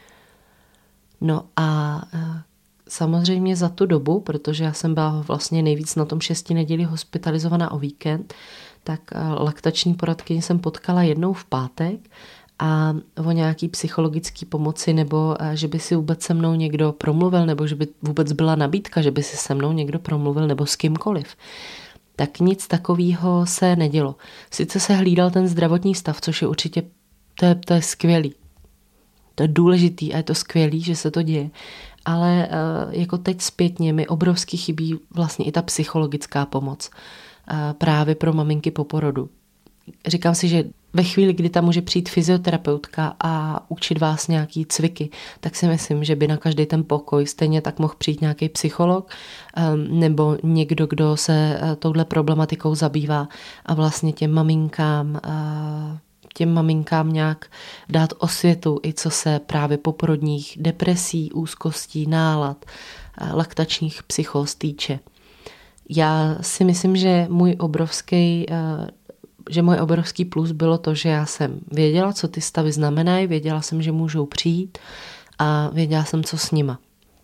No a uh, samozřejmě za tu dobu, protože já jsem byla vlastně nejvíc na tom šesti neděli hospitalizovaná o víkend, tak uh, laktační poradkyni jsem potkala jednou v pátek a o nějaký psychologický pomoci nebo uh, že by si vůbec se mnou někdo promluvil nebo že by vůbec byla nabídka, že by si se mnou někdo promluvil nebo s kýmkoliv. Tak nic takového se nedělo. Sice se hlídal ten zdravotní stav, což je určitě, to je, to je skvělý. To je důležitý a je to skvělý, že se to děje. Ale jako teď zpětně mi obrovsky chybí vlastně i ta psychologická pomoc. Právě pro maminky po porodu. Říkám si, že ve chvíli, kdy tam může přijít fyzioterapeutka a učit vás nějaký cviky, tak si myslím, že by na každý ten pokoj stejně tak mohl přijít nějaký psycholog nebo někdo, kdo se touhle problematikou zabývá a vlastně těm maminkám, těm maminkám nějak dát osvětu, i co se právě poporodních depresí, úzkostí, nálad, laktačních psychóz týče. Já si myslím, že můj obrovský že můj obrovský plus bylo to, že já jsem věděla, co ty stavy znamenají, věděla jsem, že můžou přijít a věděla jsem, co s nima.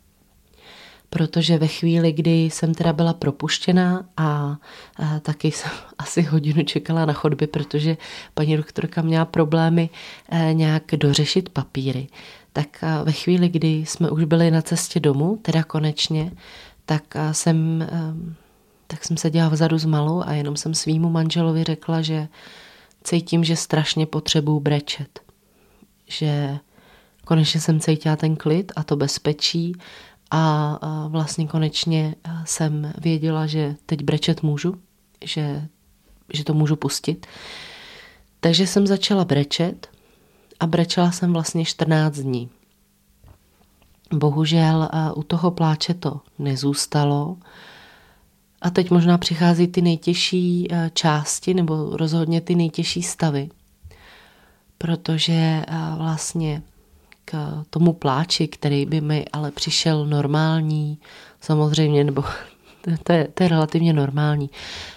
Protože ve chvíli, kdy jsem teda byla propuštěná a, a taky jsem asi hodinu čekala na chodbě, protože paní doktorka měla problémy e, nějak dořešit papíry, tak a ve chvíli, kdy jsme už byli na cestě domů, teda konečně, tak a jsem... E, tak jsem seděla vzadu s malou a jenom jsem svýmu manželovi řekla, že cítím, že strašně potřebuju brečet. Že konečně jsem cítila ten klid a to bezpečí a, a vlastně konečně jsem věděla, že teď brečet můžu, že, že to můžu pustit. Takže jsem začala brečet a brečela jsem vlastně čtrnáct dní. Bohužel u toho pláče to nezůstalo. A teď možná přichází ty nejtěžší části nebo rozhodně ty nejtěžší stavy, protože vlastně k tomu pláči, který by mi ale přišel normální, samozřejmě, nebo to je, to je relativně normální.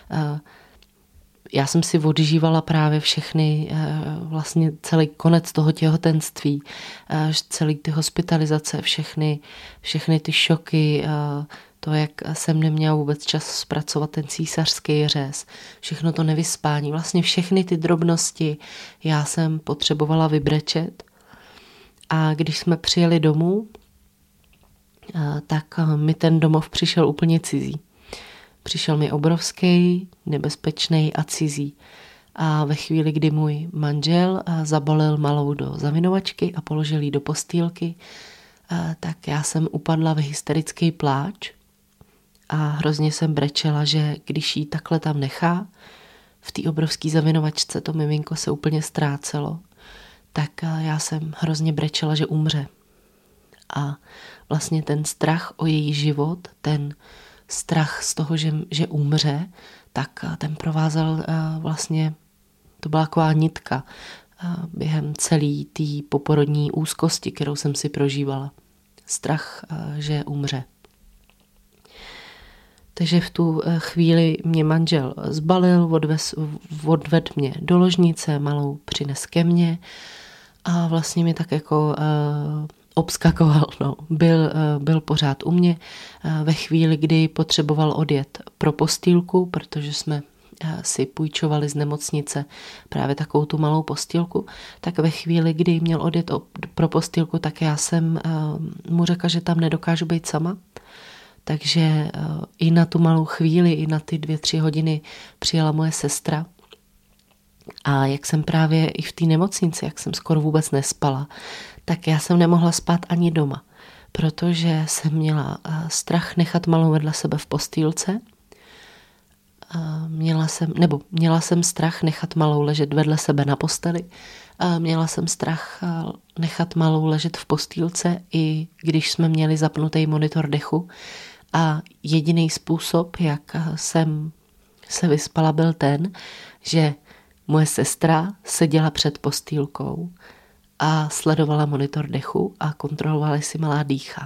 Já jsem si odžívala právě všechny, vlastně celý konec toho těhotenství, celý ty hospitalizace, všechny, všechny ty šoky, to, jak jsem neměla vůbec čas zpracovat ten císařský řez, všechno to nevyspání, vlastně všechny ty drobnosti já jsem potřebovala vybrečet. A když jsme přijeli domů, tak mi ten domov přišel úplně cizí. Přišel mi obrovský, nebezpečný a cizí. A ve chvíli, kdy můj manžel zabalil malou do zavinovačky a položil ji do postýlky, tak já jsem upadla v hysterický pláč a hrozně jsem brečela, že když ji takhle tam nechá, v té obrovské zavinovačce to miminko se úplně ztrácelo, tak já jsem hrozně brečela, že umře. A vlastně ten strach o její život, ten strach z toho, že, že umře, tak ten provázel vlastně, to byla taková nitka během celé té poporodní úzkosti, kterou jsem si prožívala. Strach, že umře. Takže v tu chvíli mě manžel zbalil, odvez, odved mě do ložnice, malou přines ke mně a vlastně mi tak jako uh, obskakoval. No. Byl, uh, byl pořád u mě uh, ve chvíli, kdy potřeboval odjet pro postýlku, protože jsme si půjčovali z nemocnice právě takovou tu malou postýlku, tak ve chvíli, kdy měl odjet pro postýlku, tak já jsem mu řekla, že tam nedokážu být sama. Takže i na tu malou chvíli, i na ty dvě, tři hodiny přijela moje sestra. A jak jsem právě i v té nemocnici, jak jsem skoro vůbec nespala, tak já jsem nemohla spát ani doma, protože jsem měla strach nechat malou vedle sebe v postýlce. Měla jsem, nebo měla jsem strach nechat malou ležet vedle sebe na posteli. Měla jsem strach nechat malou ležet v postýlce, i když jsme měli zapnutý monitor dechu. A jediný způsob, jak jsem se vyspala, byl ten, že moje sestra seděla před postýlkou a sledovala monitor dechu a kontrolovala, jestli malá dýchá.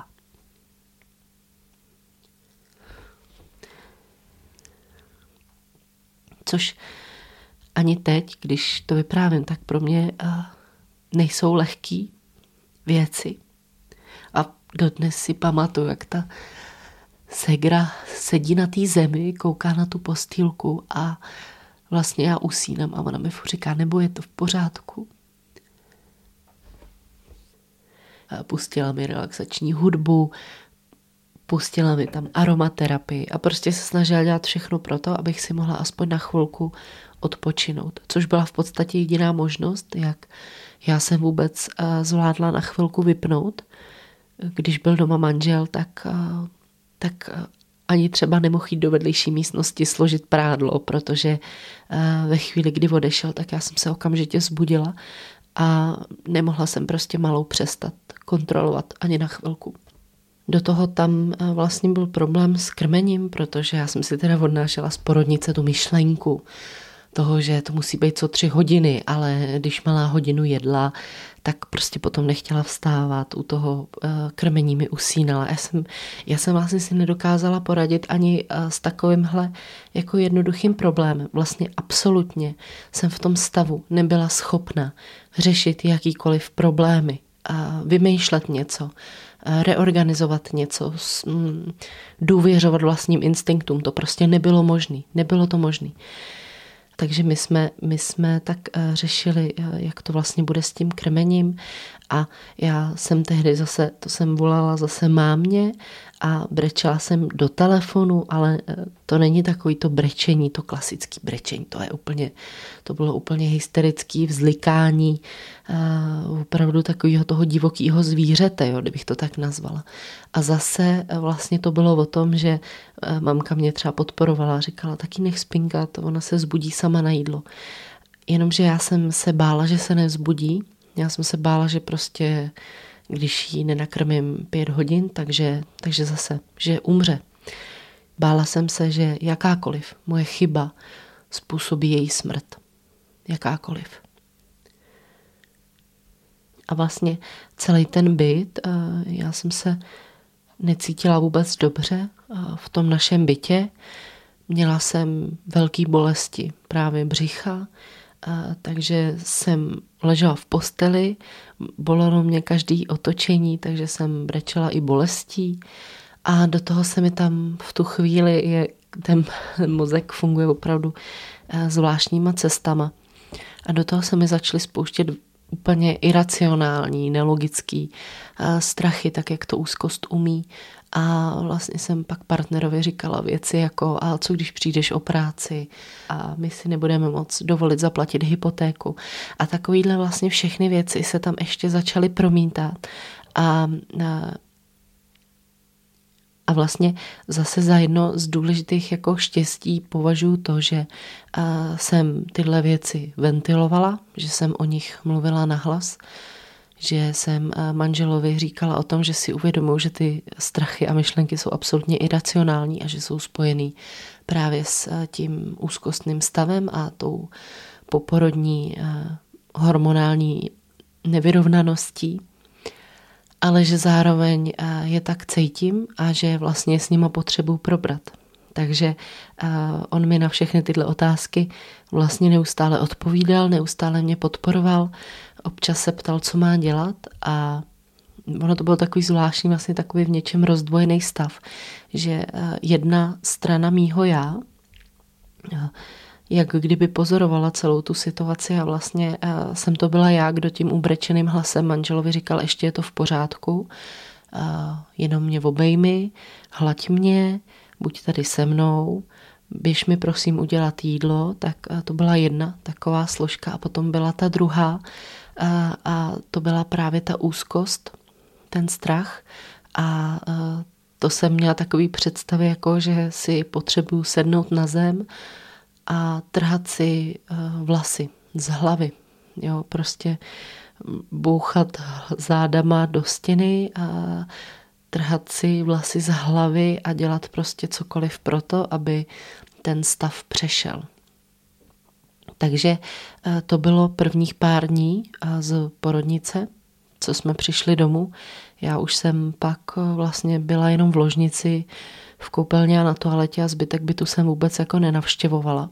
Což ani teď, když to vyprávím, tak pro mě nejsou lehký věci. A dodnes si pamatuju, jak ta ségra sedí na té zemi, kouká na tu postýlku a vlastně já usínám a ona mi říká, nebo je to v pořádku. A pustila mi relaxační hudbu, pustila mi tam aromaterapii a prostě se snažila dělat všechno pro to, abych si mohla aspoň na chvilku odpočinout. Což byla v podstatě jediná možnost, jak já jsem vůbec zvládla na chvilku vypnout. Když byl doma manžel, tak, tak ani třeba nemohl jít do vedlejší místnosti složit prádlo, protože ve chvíli, kdy odešel, tak já jsem se okamžitě zbudila a nemohla jsem prostě malou přestat kontrolovat ani na chvilku. Do toho tam vlastně byl problém s krmením, protože já jsem si teda odnášela z porodnice tu myšlenku toho, že to musí být co tři hodiny, ale když malá hodinu jedla, tak prostě potom nechtěla vstávat, u toho krmení mi usínala. Já jsem, já jsem vlastně si nedokázala poradit ani s takovýmhle jako jednoduchým problémem. Vlastně absolutně jsem v tom stavu nebyla schopna řešit jakýkoliv problémy, a vymýšlet něco, reorganizovat něco, důvěřovat vlastním instinktům. To prostě nebylo možné. Nebylo to možné. Takže my jsme, my jsme tak řešili, jak to vlastně bude s tím krmením, a já jsem tehdy zase, to jsem volala zase mámě a brečela jsem do telefonu, ale to není takový to brečení, to klasický brečení, to je úplně, to bylo úplně hysterický vzlikání, opravdu takového toho divokého zvířete, jo, kdybych to tak nazvala. A zase vlastně to bylo o tom, že mamka mě třeba podporovala, říkala, taky nech spinkat, ona se zbudí sama na jídlo. Jenomže já jsem se bála, že se nevzbudí. Já jsem se bála, že prostě, když ji nenakrmím pět hodin, takže, takže zase, že umře. Bála jsem se, že jakákoliv moje chyba způsobí její smrt. Jakákoliv. A vlastně celý ten byt, já jsem se necítila vůbec dobře v tom našem bytě. Měla jsem velké bolesti právě břicha, takže jsem ležela v posteli, bolelo mě každý otočení, takže jsem brečela i bolestí a do toho se mi tam v tu chvíli je, ten mozek funguje opravdu zvláštníma cestama a do toho se mi začaly spouštět úplně iracionální, nelogický strachy, tak jak to úzkost umí. A vlastně jsem pak partnerovi říkala věci jako, a co když přijdeš o práci a my si nebudeme moc dovolit zaplatit hypotéku. A takovýhle vlastně všechny věci se tam ještě začaly promítat. A, a, a vlastně zase za jedno z důležitých jako štěstí považuji to, že a, jsem tyhle věci ventilovala, že jsem o nich mluvila nahlas, že jsem manželovi říkala o tom, že si uvědomuji, že ty strachy a myšlenky jsou absolutně iracionální a že jsou spojený právě s tím úzkostným stavem a tou poporodní hormonální nevyrovnaností, ale že zároveň je tak cítím a že vlastně s nima potřebuji probrat. Takže on mi na všechny tyhle otázky vlastně neustále odpovídal, neustále mě podporoval, občas se ptal, co má dělat a ono to bylo takový zvláštní, vlastně takový v něčem rozdvojený stav, že jedna strana mýho já jak kdyby pozorovala celou tu situaci a vlastně uh, jsem to byla já, kdo tím ubrečeným hlasem manželovi říkal, ještě je to v pořádku, uh, jenom mě obejmi, hlaď mě, buď tady se mnou, běž mi prosím udělat jídlo, tak uh, to byla jedna taková složka a potom byla ta druhá uh, a to byla právě ta úzkost, ten strach a uh, to jsem měla takový představy, jako že si potřebuju sednout na zem a trhat si vlasy z hlavy. Jo, prostě bouchat zádama do stěny a trhat si vlasy z hlavy a dělat prostě cokoliv pro to, aby ten stav přešel. Takže to bylo prvních pár dní z porodnice, co jsme přišli domů. Já už jsem pak vlastně byla jenom v ložnici, v koupelně a na toaletě a zbytek bytu jsem vůbec jako nenavštěvovala.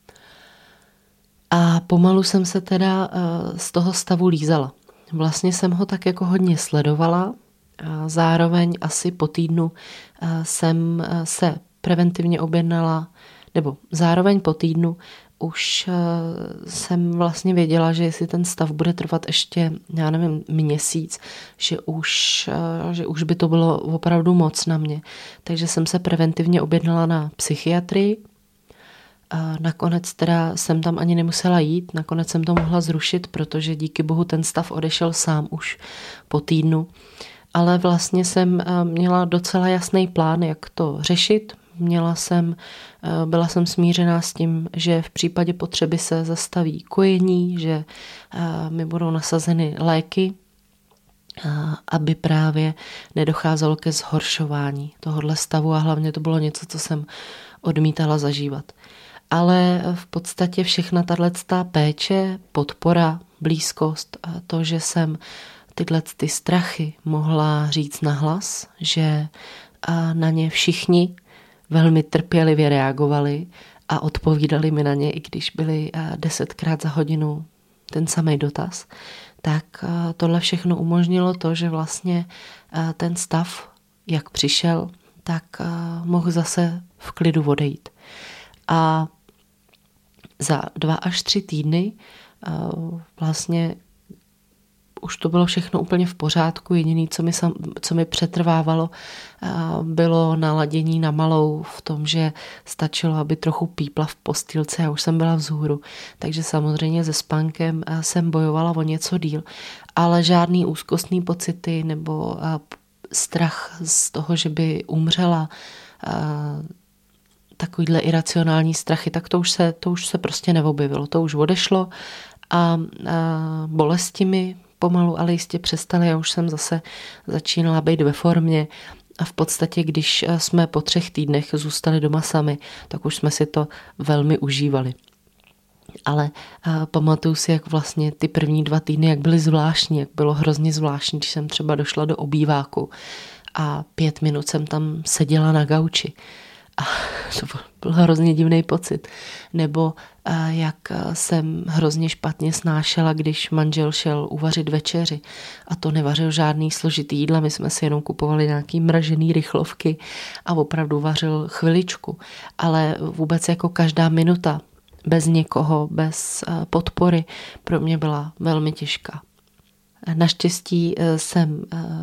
A pomalu jsem se teda z toho stavu lízala. Vlastně jsem ho tak jako hodně sledovala. A zároveň asi po týdnu jsem se preventivně objednala, nebo zároveň po týdnu už jsem vlastně věděla, že jestli ten stav bude trvat ještě, já nevím, měsíc, že už, že už by to bylo opravdu moc na mě. Takže jsem se preventivně objednala na psychiatrii. A nakonec teda jsem tam ani nemusela jít, nakonec jsem to mohla zrušit, protože díky bohu ten stav odešel sám už po týdnu. Ale vlastně jsem měla docela jasný plán, jak to řešit. Měla jsem, byla jsem smířená s tím, že v případě potřeby se zastaví kojení, že mi budou nasazeny léky, aby právě nedocházelo ke zhoršování tohohle stavu a hlavně to bylo něco, co jsem odmítala zažívat. Ale v podstatě všechna tato péče, podpora, blízkost, to, že jsem tyhle ty strachy mohla říct nahlas, že na ně všichni velmi trpělivě reagovali a odpovídali mi na ně, i když byli desetkrát za hodinu ten samý dotaz, tak tohle všechno umožnilo to, že vlastně ten stav, jak přišel, tak mohl zase v klidu odejít. A za dva až tři týdny vlastně už to bylo všechno úplně v pořádku. Jediné, co mi, sam, co mi přetrvávalo, bylo naladění na malou v tom, že stačilo, aby trochu pípla v postýlce a už jsem byla vzhůru. Takže samozřejmě se spánkem jsem bojovala o něco díl, ale žádný úzkostný pocity nebo strach z toho, že by umřela, takovýhle iracionální strachy, tak to už se, to už se prostě neobjevilo. To už odešlo a, a bolesti mi pomalu, ale jistě přestaly. Já už jsem zase začínala být ve formě a v podstatě, když jsme po třech týdnech zůstali doma sami, tak už jsme si to velmi užívali. Ale a, pamatuju si, jak vlastně ty první dva týdny, jak byly zvláštní, jak bylo hrozně zvláštní, když jsem třeba došla do obýváku a pět minut jsem tam seděla na gauči. A to byl hrozně divný pocit. Nebo a, jak jsem hrozně špatně snášela, když manžel šel uvařit večeři a to nevařil žádný složitý jídla, my jsme si jenom kupovali nějaký mražený rychlovky a opravdu vařil chviličku. Ale vůbec jako každá minuta bez někoho, bez podpory pro mě byla velmi těžká. Naštěstí jsem,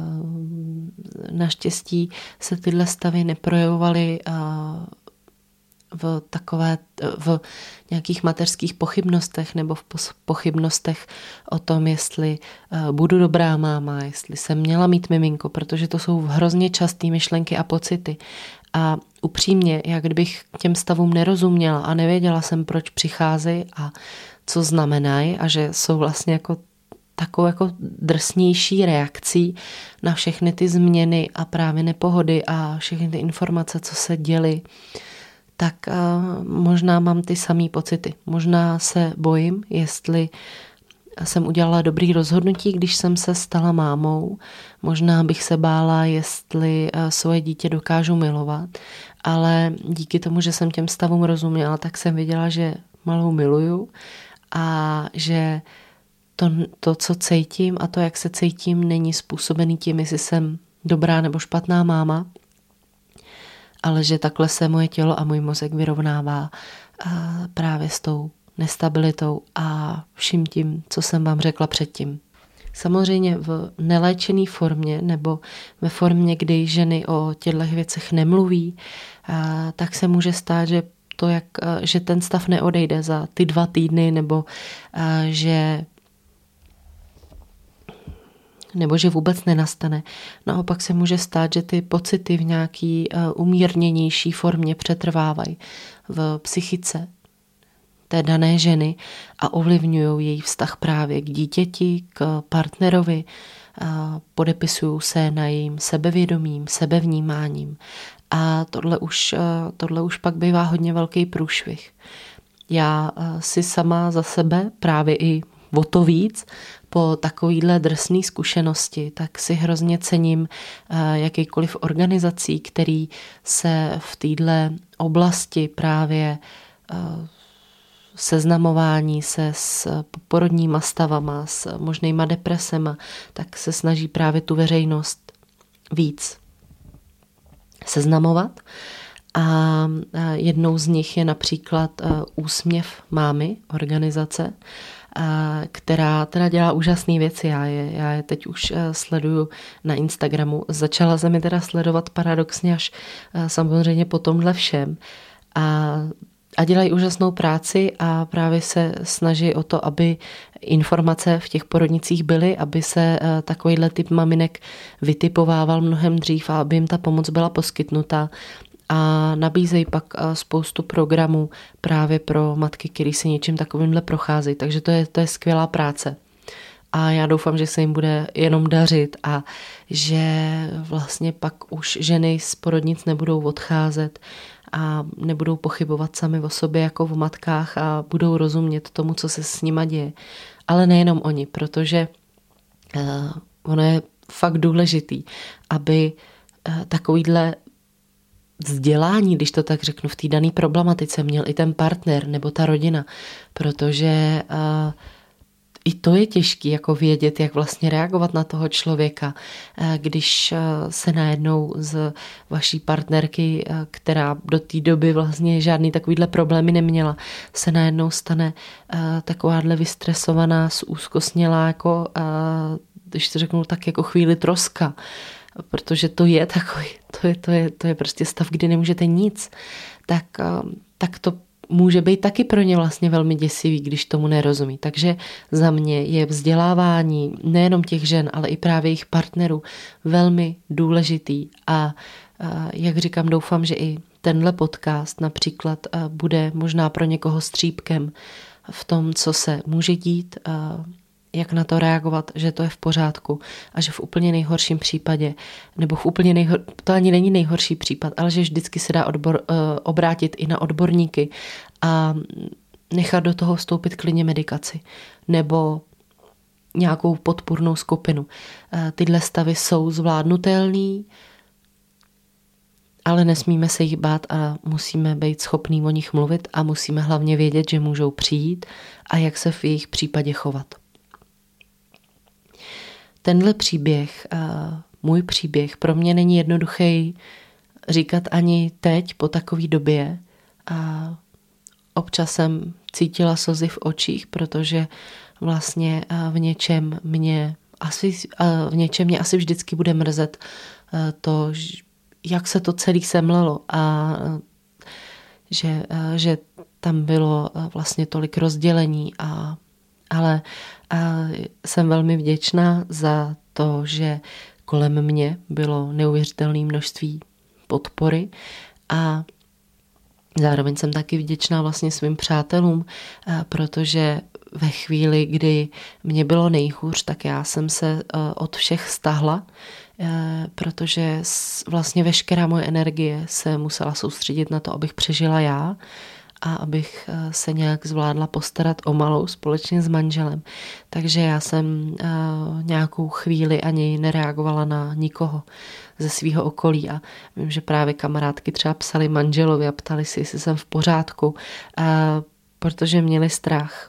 naštěstí se tyhle stavy neprojevovaly v takové, v nějakých mateřských pochybnostech nebo v pochybnostech o tom, jestli budu dobrá máma, jestli jsem měla mít miminko, protože to jsou hrozně časté myšlenky a pocity. A upřímně, jak kdybych těm stavům nerozuměla a nevěděla jsem, proč přicházejí a co znamenají a že jsou vlastně jako takovou jako drsnější reakcí na všechny ty změny a právě nepohody a všechny ty informace, co se děly, tak uh, možná mám ty samý pocity. Možná se bojím, jestli jsem udělala dobrý rozhodnutí, když jsem se stala mámou. Možná bych se bála, jestli uh, svoje dítě dokážu milovat, ale díky tomu, že jsem těm stavům rozuměla, tak jsem věděla, že malou miluju a že To, to, co cítím a to, jak se cítím, není způsobený tím, jestli jsem dobrá nebo špatná máma, ale že takhle se moje tělo a můj mozek vyrovnává právě s tou nestabilitou a vším tím, co jsem vám řekla předtím. Samozřejmě v neléčené formě nebo ve formě, kdy ženy o těchto věcech nemluví, tak se může stát, že, to jak, že ten stav neodejde za ty dva týdny nebo že nebo že vůbec nenastane. Naopak se může stát, že ty pocity v nějaký umírněnější formě přetrvávají v psychice té dané ženy a ovlivňují její vztah právě k dítěti, k partnerovi, podepisují se na jejím sebevědomím, sebevnímáním. A tohle už, tohle už pak bývá hodně velký průšvih. Já si sama za sebe právě i o to víc po takovýhle drsné zkušenosti, tak si hrozně cením jakýkoliv organizací, který se v této oblasti právě seznamování se s porodníma stavama, s možnýma depresema, tak se snaží právě tu veřejnost víc seznamovat. A jednou z nich je například Úsměv mámy, organizace, která teda dělá úžasné věci. Já je, já je teď už sleduju na Instagramu. Začala se mi teda sledovat paradoxně až samozřejmě po tomhle všem. A A dělají úžasnou práci a právě se snaží o to, aby informace v těch porodnicích byly, aby se takovýhle typ maminek vytipovával mnohem dřív a aby jim ta pomoc byla poskytnuta. A nabízejí pak spoustu programů právě pro matky, které se něčím takovýmhle procházejí. Takže to je, to je skvělá práce. A já doufám, že se jim bude jenom dařit a že vlastně pak už ženy z porodnic nebudou odcházet a nebudou pochybovat sami o sobě jako o matkách a budou rozumět tomu, co se s nima děje. Ale nejenom oni, protože uh, ono je fakt důležitý, aby uh, takovýhle vzdělání, když to tak řeknu, v té dané problematice měl i ten partner nebo ta rodina, protože uh, i to je těžké jako vědět, jak vlastně reagovat na toho člověka, když se najednou z vaší partnerky, která do té doby vlastně žádný takovýhle problémy neměla, se najednou stane takováhle vystresovaná, zúzkostnělá, jako, když to řeknu, tak jako chvíli troska, protože to je takový, to je, to je, to je prostě stav, kdy nemůžete nic, tak, tak to může být taky pro ně vlastně velmi děsivý, když tomu nerozumí. Takže za mě je vzdělávání nejenom těch žen, ale i právě jejich partnerů velmi důležitý a, a jak říkám, doufám, že i tenhle podcast například bude možná pro někoho střípkem v tom, co se může dít, jak na to reagovat, že to je v pořádku a že v úplně nejhorším případě, nebo v úplně nejhor, to ani není nejhorší případ, ale že vždycky se dá odbor, obrátit i na odborníky a nechat do toho vstoupit klidně medikaci nebo nějakou podpůrnou skupinu. Tyhle stavy jsou zvládnutelný, ale nesmíme se jich bát a musíme být schopní o nich mluvit a musíme hlavně vědět, že můžou přijít a jak se v jejich případě chovat. Tenhle příběh, můj příběh, pro mě není jednoduchý říkat ani teď po takové době. A občas jsem cítila slzy v očích, protože vlastně v něčem mě asi, v něčem mě asi vždycky bude mrzet to, jak se to celé semlelo a že, že tam bylo vlastně tolik rozdělení a ale a jsem velmi vděčná za to, že kolem mě bylo neuvěřitelné množství podpory a zároveň jsem taky vděčná vlastně svým přátelům, protože ve chvíli, kdy mě bylo nejhůř, tak já jsem se od všech stahla, protože vlastně veškerá moje energie se musela soustředit na to, abych přežila já a abych se nějak zvládla postarat o malou společně s manželem. Takže já jsem nějakou chvíli ani nereagovala na nikoho ze svého okolí a vím, že právě kamarádky třeba psali manželovi a ptali si, jestli jsem v pořádku, protože měli strach.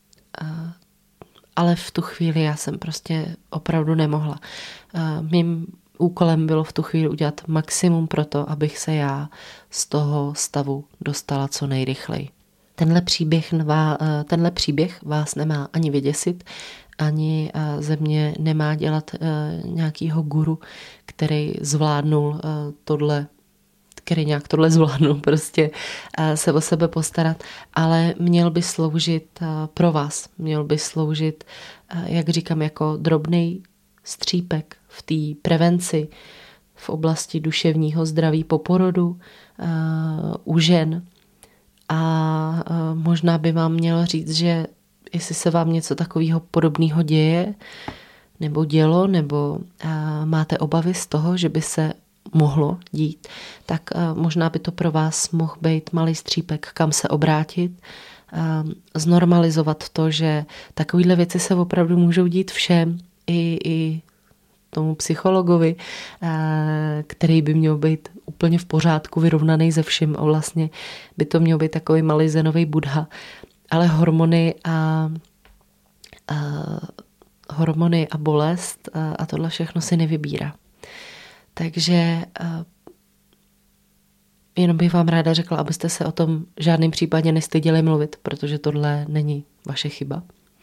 Ale v tu chvíli já jsem prostě opravdu nemohla. Mým úkolem bylo v tu chvíli udělat maximum pro to, abych se já z toho stavu dostala co nejrychleji. Tenhle příběh, tenhle příběh vás nemá ani vyděsit, ani ze mě nemá dělat nějakýho guru, který zvládnul tohle, který nějak tohle zvládnul, prostě se o sebe postarat, ale měl by sloužit pro vás. Měl by sloužit, jak říkám, jako drobnej střípek v té prevenci v oblasti duševního zdraví po porodu u žen. A možná by vám měl říct, že jestli se vám něco takového podobného děje, nebo dělo, nebo máte obavy z toho, že by se mohlo dít, tak možná by to pro vás mohl být malý střípek, kam se obrátit, znormalizovat to, že takovéhle věci se opravdu můžou dít všem, i, i tomu psychologovi, který by měl být úplně v pořádku, vyrovnaný ze vším a vlastně by to měl být takový malý zenový Buddha. Ale hormony a, a hormony a bolest a, a tohle všechno si nevybírá. Takže a, jenom bych vám ráda řekla, abyste se o tom v žádném případě nestyděli mluvit, protože tohle není vaše chyba.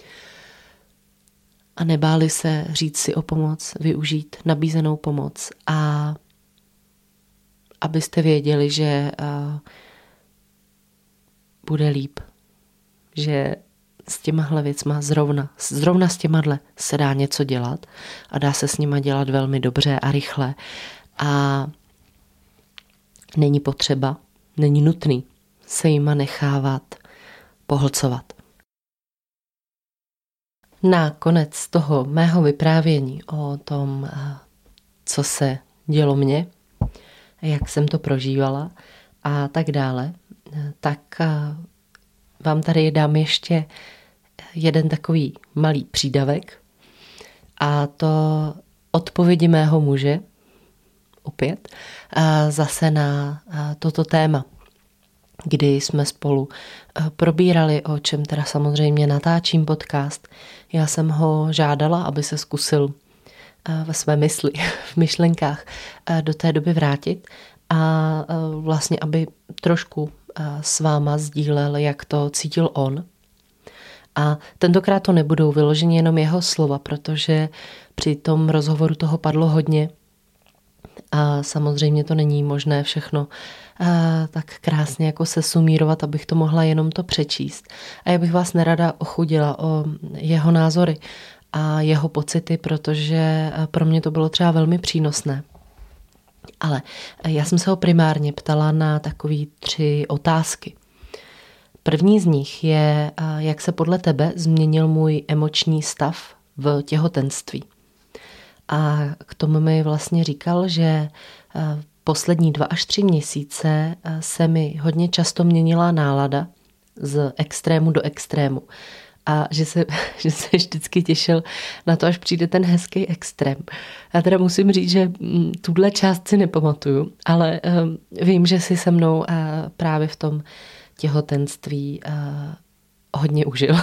A nebáli se říct si o pomoc, využít nabízenou pomoc a abyste věděli, že a, bude líp. Že s těmahle věcma zrovna, zrovna s těmadle se dá něco dělat a dá se s nima dělat velmi dobře a rychle a není potřeba, není nutný se jima nechávat pohlcovat. Na konec toho mého vyprávění o tom, co se dělo mně, jak jsem to prožívala a tak dále, tak vám tady dám ještě jeden takový malý přídavek a to odpovědi mého muže, opět, zase na toto téma, kdy jsme spolu probírali, o čem teda samozřejmě natáčím podcast. Já jsem ho žádala, aby se zkusil ve své mysli, v myšlenkách do té doby vrátit a vlastně, aby trošku s váma sdílel, jak to cítil on. A tentokrát to nebudou vyloženě jenom jeho slova, protože při tom rozhovoru toho padlo hodně a samozřejmě to není možné všechno tak krásně jako se sumírovat, abych to mohla jenom to přečíst. A já bych vás nerada ochudila o jeho názory a jeho pocity, protože pro mě to bylo třeba velmi přínosné. Ale já jsem se ho primárně ptala na takový tři otázky. První z nich je, jak se podle tebe změnil můj emoční stav v těhotenství. A k tomu mi vlastně říkal, že poslední dva až tři měsíce se mi hodně často měnila nálada z extrému do extrému. A že se, že se vždycky těšil na to, až přijde ten hezký extrém. Já teda musím říct, že tuhle část si nepamatuju, ale um, vím, že si se mnou uh, právě v tom těhotenství uh, hodně užil.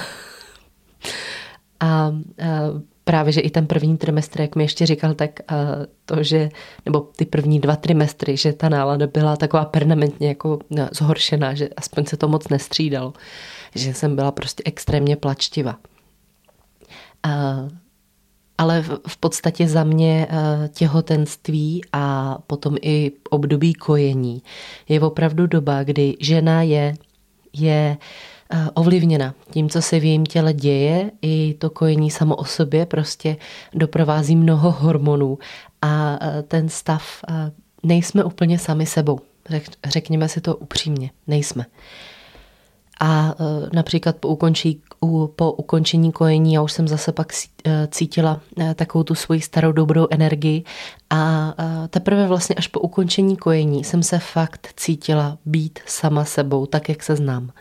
A uh, právě, že i ten první trimestr, jak mi ještě říkal, tak uh, to, že, nebo ty první dva trimestry, že ta nálada byla taková permanentně jako uh, zhoršená, že aspoň se to moc nestřídalo. Že jsem byla prostě extrémně plačtiva. Uh, ale v, v podstatě za mě uh, těhotenství a potom i období kojení je opravdu doba, kdy žena je, je uh, ovlivněna tím, co se v jejím těle děje, i to kojení samo o sobě prostě doprovází mnoho hormonů a uh, ten stav uh, nejsme úplně sami sebou. Řek, řekněme si to upřímně, nejsme. A například po, ukončí, po ukončení kojení já už jsem zase pak cítila takovou tu svoji starou dobrou energii a teprve vlastně až po ukončení kojení jsem se fakt cítila být sama sebou, tak jak se znám.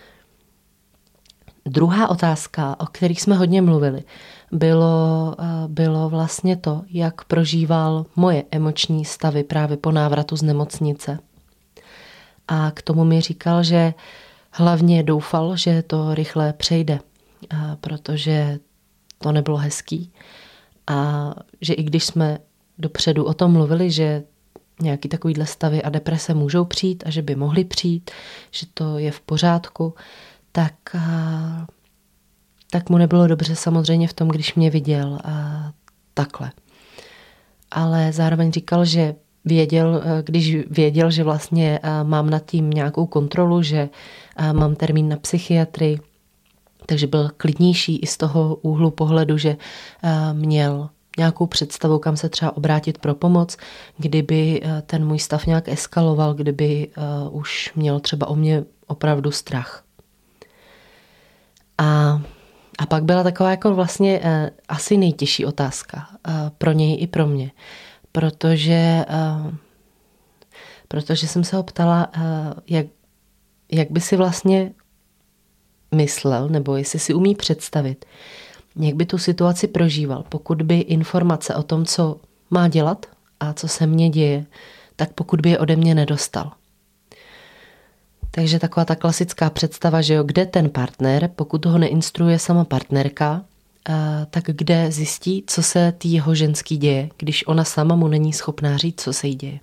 Druhá otázka, o kterých jsme hodně mluvili, bylo, bylo vlastně to, jak prožíval moje emoční stavy právě po návratu z nemocnice. A k tomu mi říkal, že hlavně doufal, že to rychle přejde, protože to nebylo hezký a že i když jsme dopředu o tom mluvili, že nějaký takovýhle stavy a deprese můžou přijít a že by mohly přijít, že to je v pořádku, tak, tak mu nebylo dobře samozřejmě v tom, když mě viděl a takhle. Ale zároveň říkal, že věděl, když věděl, že vlastně mám nad tím nějakou kontrolu, že mám termín na psychiatrii, takže byl klidnější i z toho úhlu pohledu, že měl nějakou představu, kam se třeba obrátit pro pomoc, kdyby ten můj stav nějak eskaloval, kdyby už měl třeba o mě opravdu strach. A, a pak byla taková jako vlastně asi nejtěžší otázka pro něj i pro mě, protože, protože jsem se ho ptala, jak, jak by si vlastně myslel, nebo jestli si umí představit, jak by tu situaci prožíval, pokud by informace o tom, co má dělat a co se mně děje, tak pokud by je ode mě nedostal. Takže taková ta klasická představa, že jo, kde ten partner, pokud ho neinstruuje sama partnerka, tak kde zjistí, co se tý jeho ženský děje, když ona sama mu není schopná říct, co se jí děje.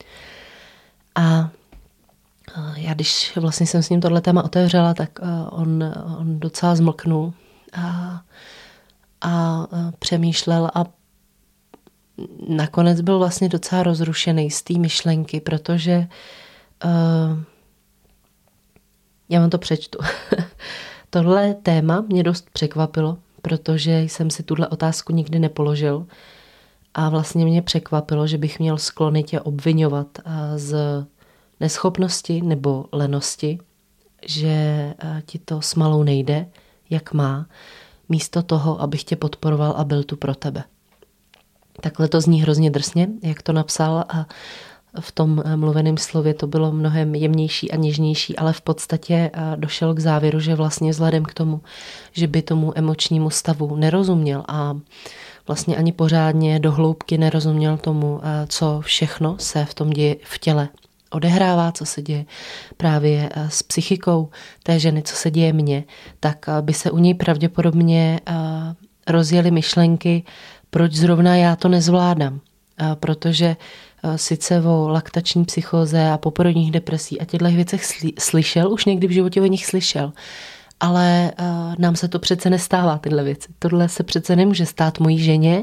A já když vlastně jsem s ním tohle téma otevřela, tak on, on docela zmlknul a, a přemýšlel a nakonec byl vlastně docela rozrušený z té myšlenky, protože uh, já vám to přečtu. Tohle téma mě dost překvapilo, protože jsem si tuhle otázku nikdy nepoložil a vlastně mě překvapilo, že bych měl sklony tě obvinovat z neschopnosti nebo lenosti, že ti to s malou nejde, jak má, místo toho, abych tě podporoval a byl tu pro tebe. Takhle to zní hrozně drsně, jak to napsal, a v tom mluveném slově to bylo mnohem jemnější a něžnější, ale v podstatě došel k závěru, že vlastně vzhledem k tomu, že by tomu emočnímu stavu nerozuměl a vlastně ani pořádně do hloubky nerozuměl tomu, co všechno se v tom děje v těle odehrává, co se děje právě s psychikou té ženy, co se děje mně, tak by se u něj pravděpodobně rozjely myšlenky, proč zrovna já to nezvládám. Protože sice o laktační psychóze a poporodních depresí a těchto věcech slyšel, už někdy v životě o nich slyšel, ale nám se to přece nestává, tyhle věci. Tohle se přece nemůže stát mojí ženě,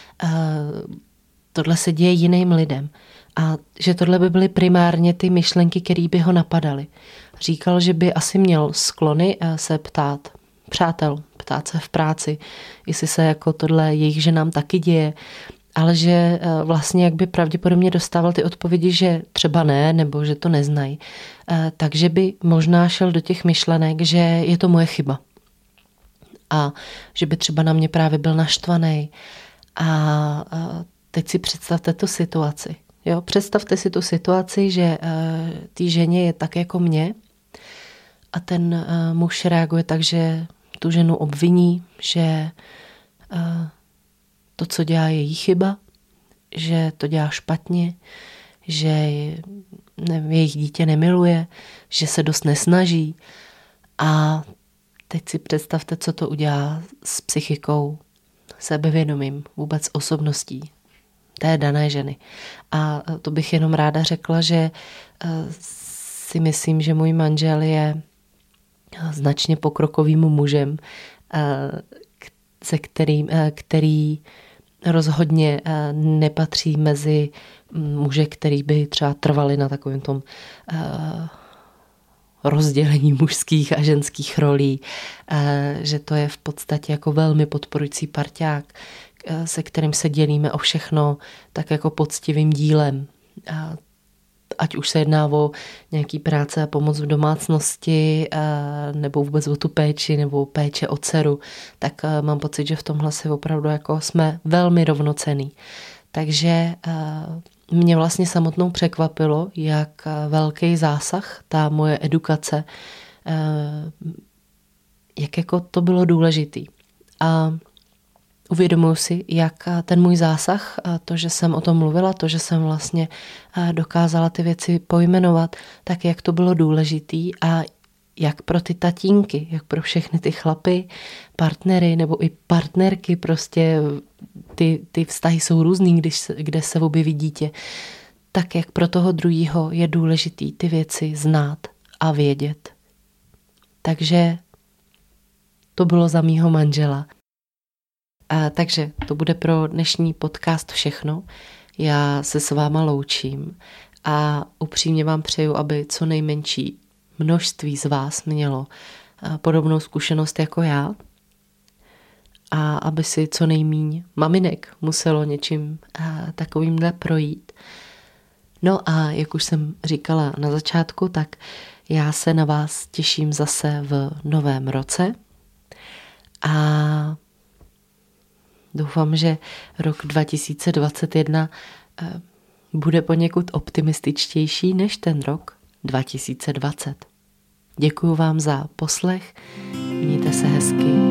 tohle se děje jiným lidem. A že tohle by byly primárně ty myšlenky, které by ho napadaly. Říkal, že by asi měl sklony se ptát přátel, ptát se v práci, jestli se jako tohle jejich ženám taky děje, ale že vlastně jak by pravděpodobně dostával ty odpovědi, že třeba ne, nebo že to neznají. Takže by možná šel do těch myšlenek, že je to moje chyba. A že by třeba na mě právě byl naštvaný. A teď si představte tu situaci. Jo, představte si tu situaci, že uh, té ženě je tak jako mě a ten uh, muž reaguje tak, že tu ženu obviní, že uh, to, co dělá, je její chyba, že to dělá špatně, že ne, jejich dítě nemiluje, že se dost nesnaží. A teď si představte, co to udělá s psychikou, sebevědomím, vůbec osobností té dané ženy. A to bych jenom ráda řekla, že si myslím, že můj manžel je značně pokrokovým mužem, se kterým, který rozhodně nepatří mezi muže, který by třeba trvali na takovém tom rozdělení mužských a ženských rolí, že to je v podstatě jako velmi podporující parťák, se kterým se dělíme o všechno tak jako poctivým dílem. Ať už se jedná o nějaký práce a pomoc v domácnosti, nebo vůbec o tu péči, nebo péče o dceru, tak mám pocit, že v tomhle si opravdu jako jsme velmi rovnocenní. Takže mě vlastně samotnou překvapilo, jak velký zásah ta moje edukace, jak jako to bylo důležitý. A uvědomuji si, jak ten můj zásah, to, že jsem o tom mluvila, to, že jsem vlastně dokázala ty věci pojmenovat, tak jak to bylo důležitý a jak pro ty tatínky, jak pro všechny ty chlapy, partnery nebo i partnerky, prostě ty, ty vztahy jsou různý, když, kde se objeví dítě, tak jak pro toho druhýho je důležitý ty věci znát a vědět. Takže to bylo za mýho manžela. A takže to bude pro dnešní podcast všechno. Já se s váma loučím a upřímně vám přeju, aby co nejmenší množství z vás mělo podobnou zkušenost jako já a aby si co nejmíň maminek muselo něčím takovýmhle projít. No a jak už jsem říkala na začátku, tak já se na vás těším zase v novém roce a doufám, že rok dva tisíce dvacet jedna bude poněkud optimističtější než ten rok dva tisíce dvacet. Děkuju vám za poslech, mějte se hezky.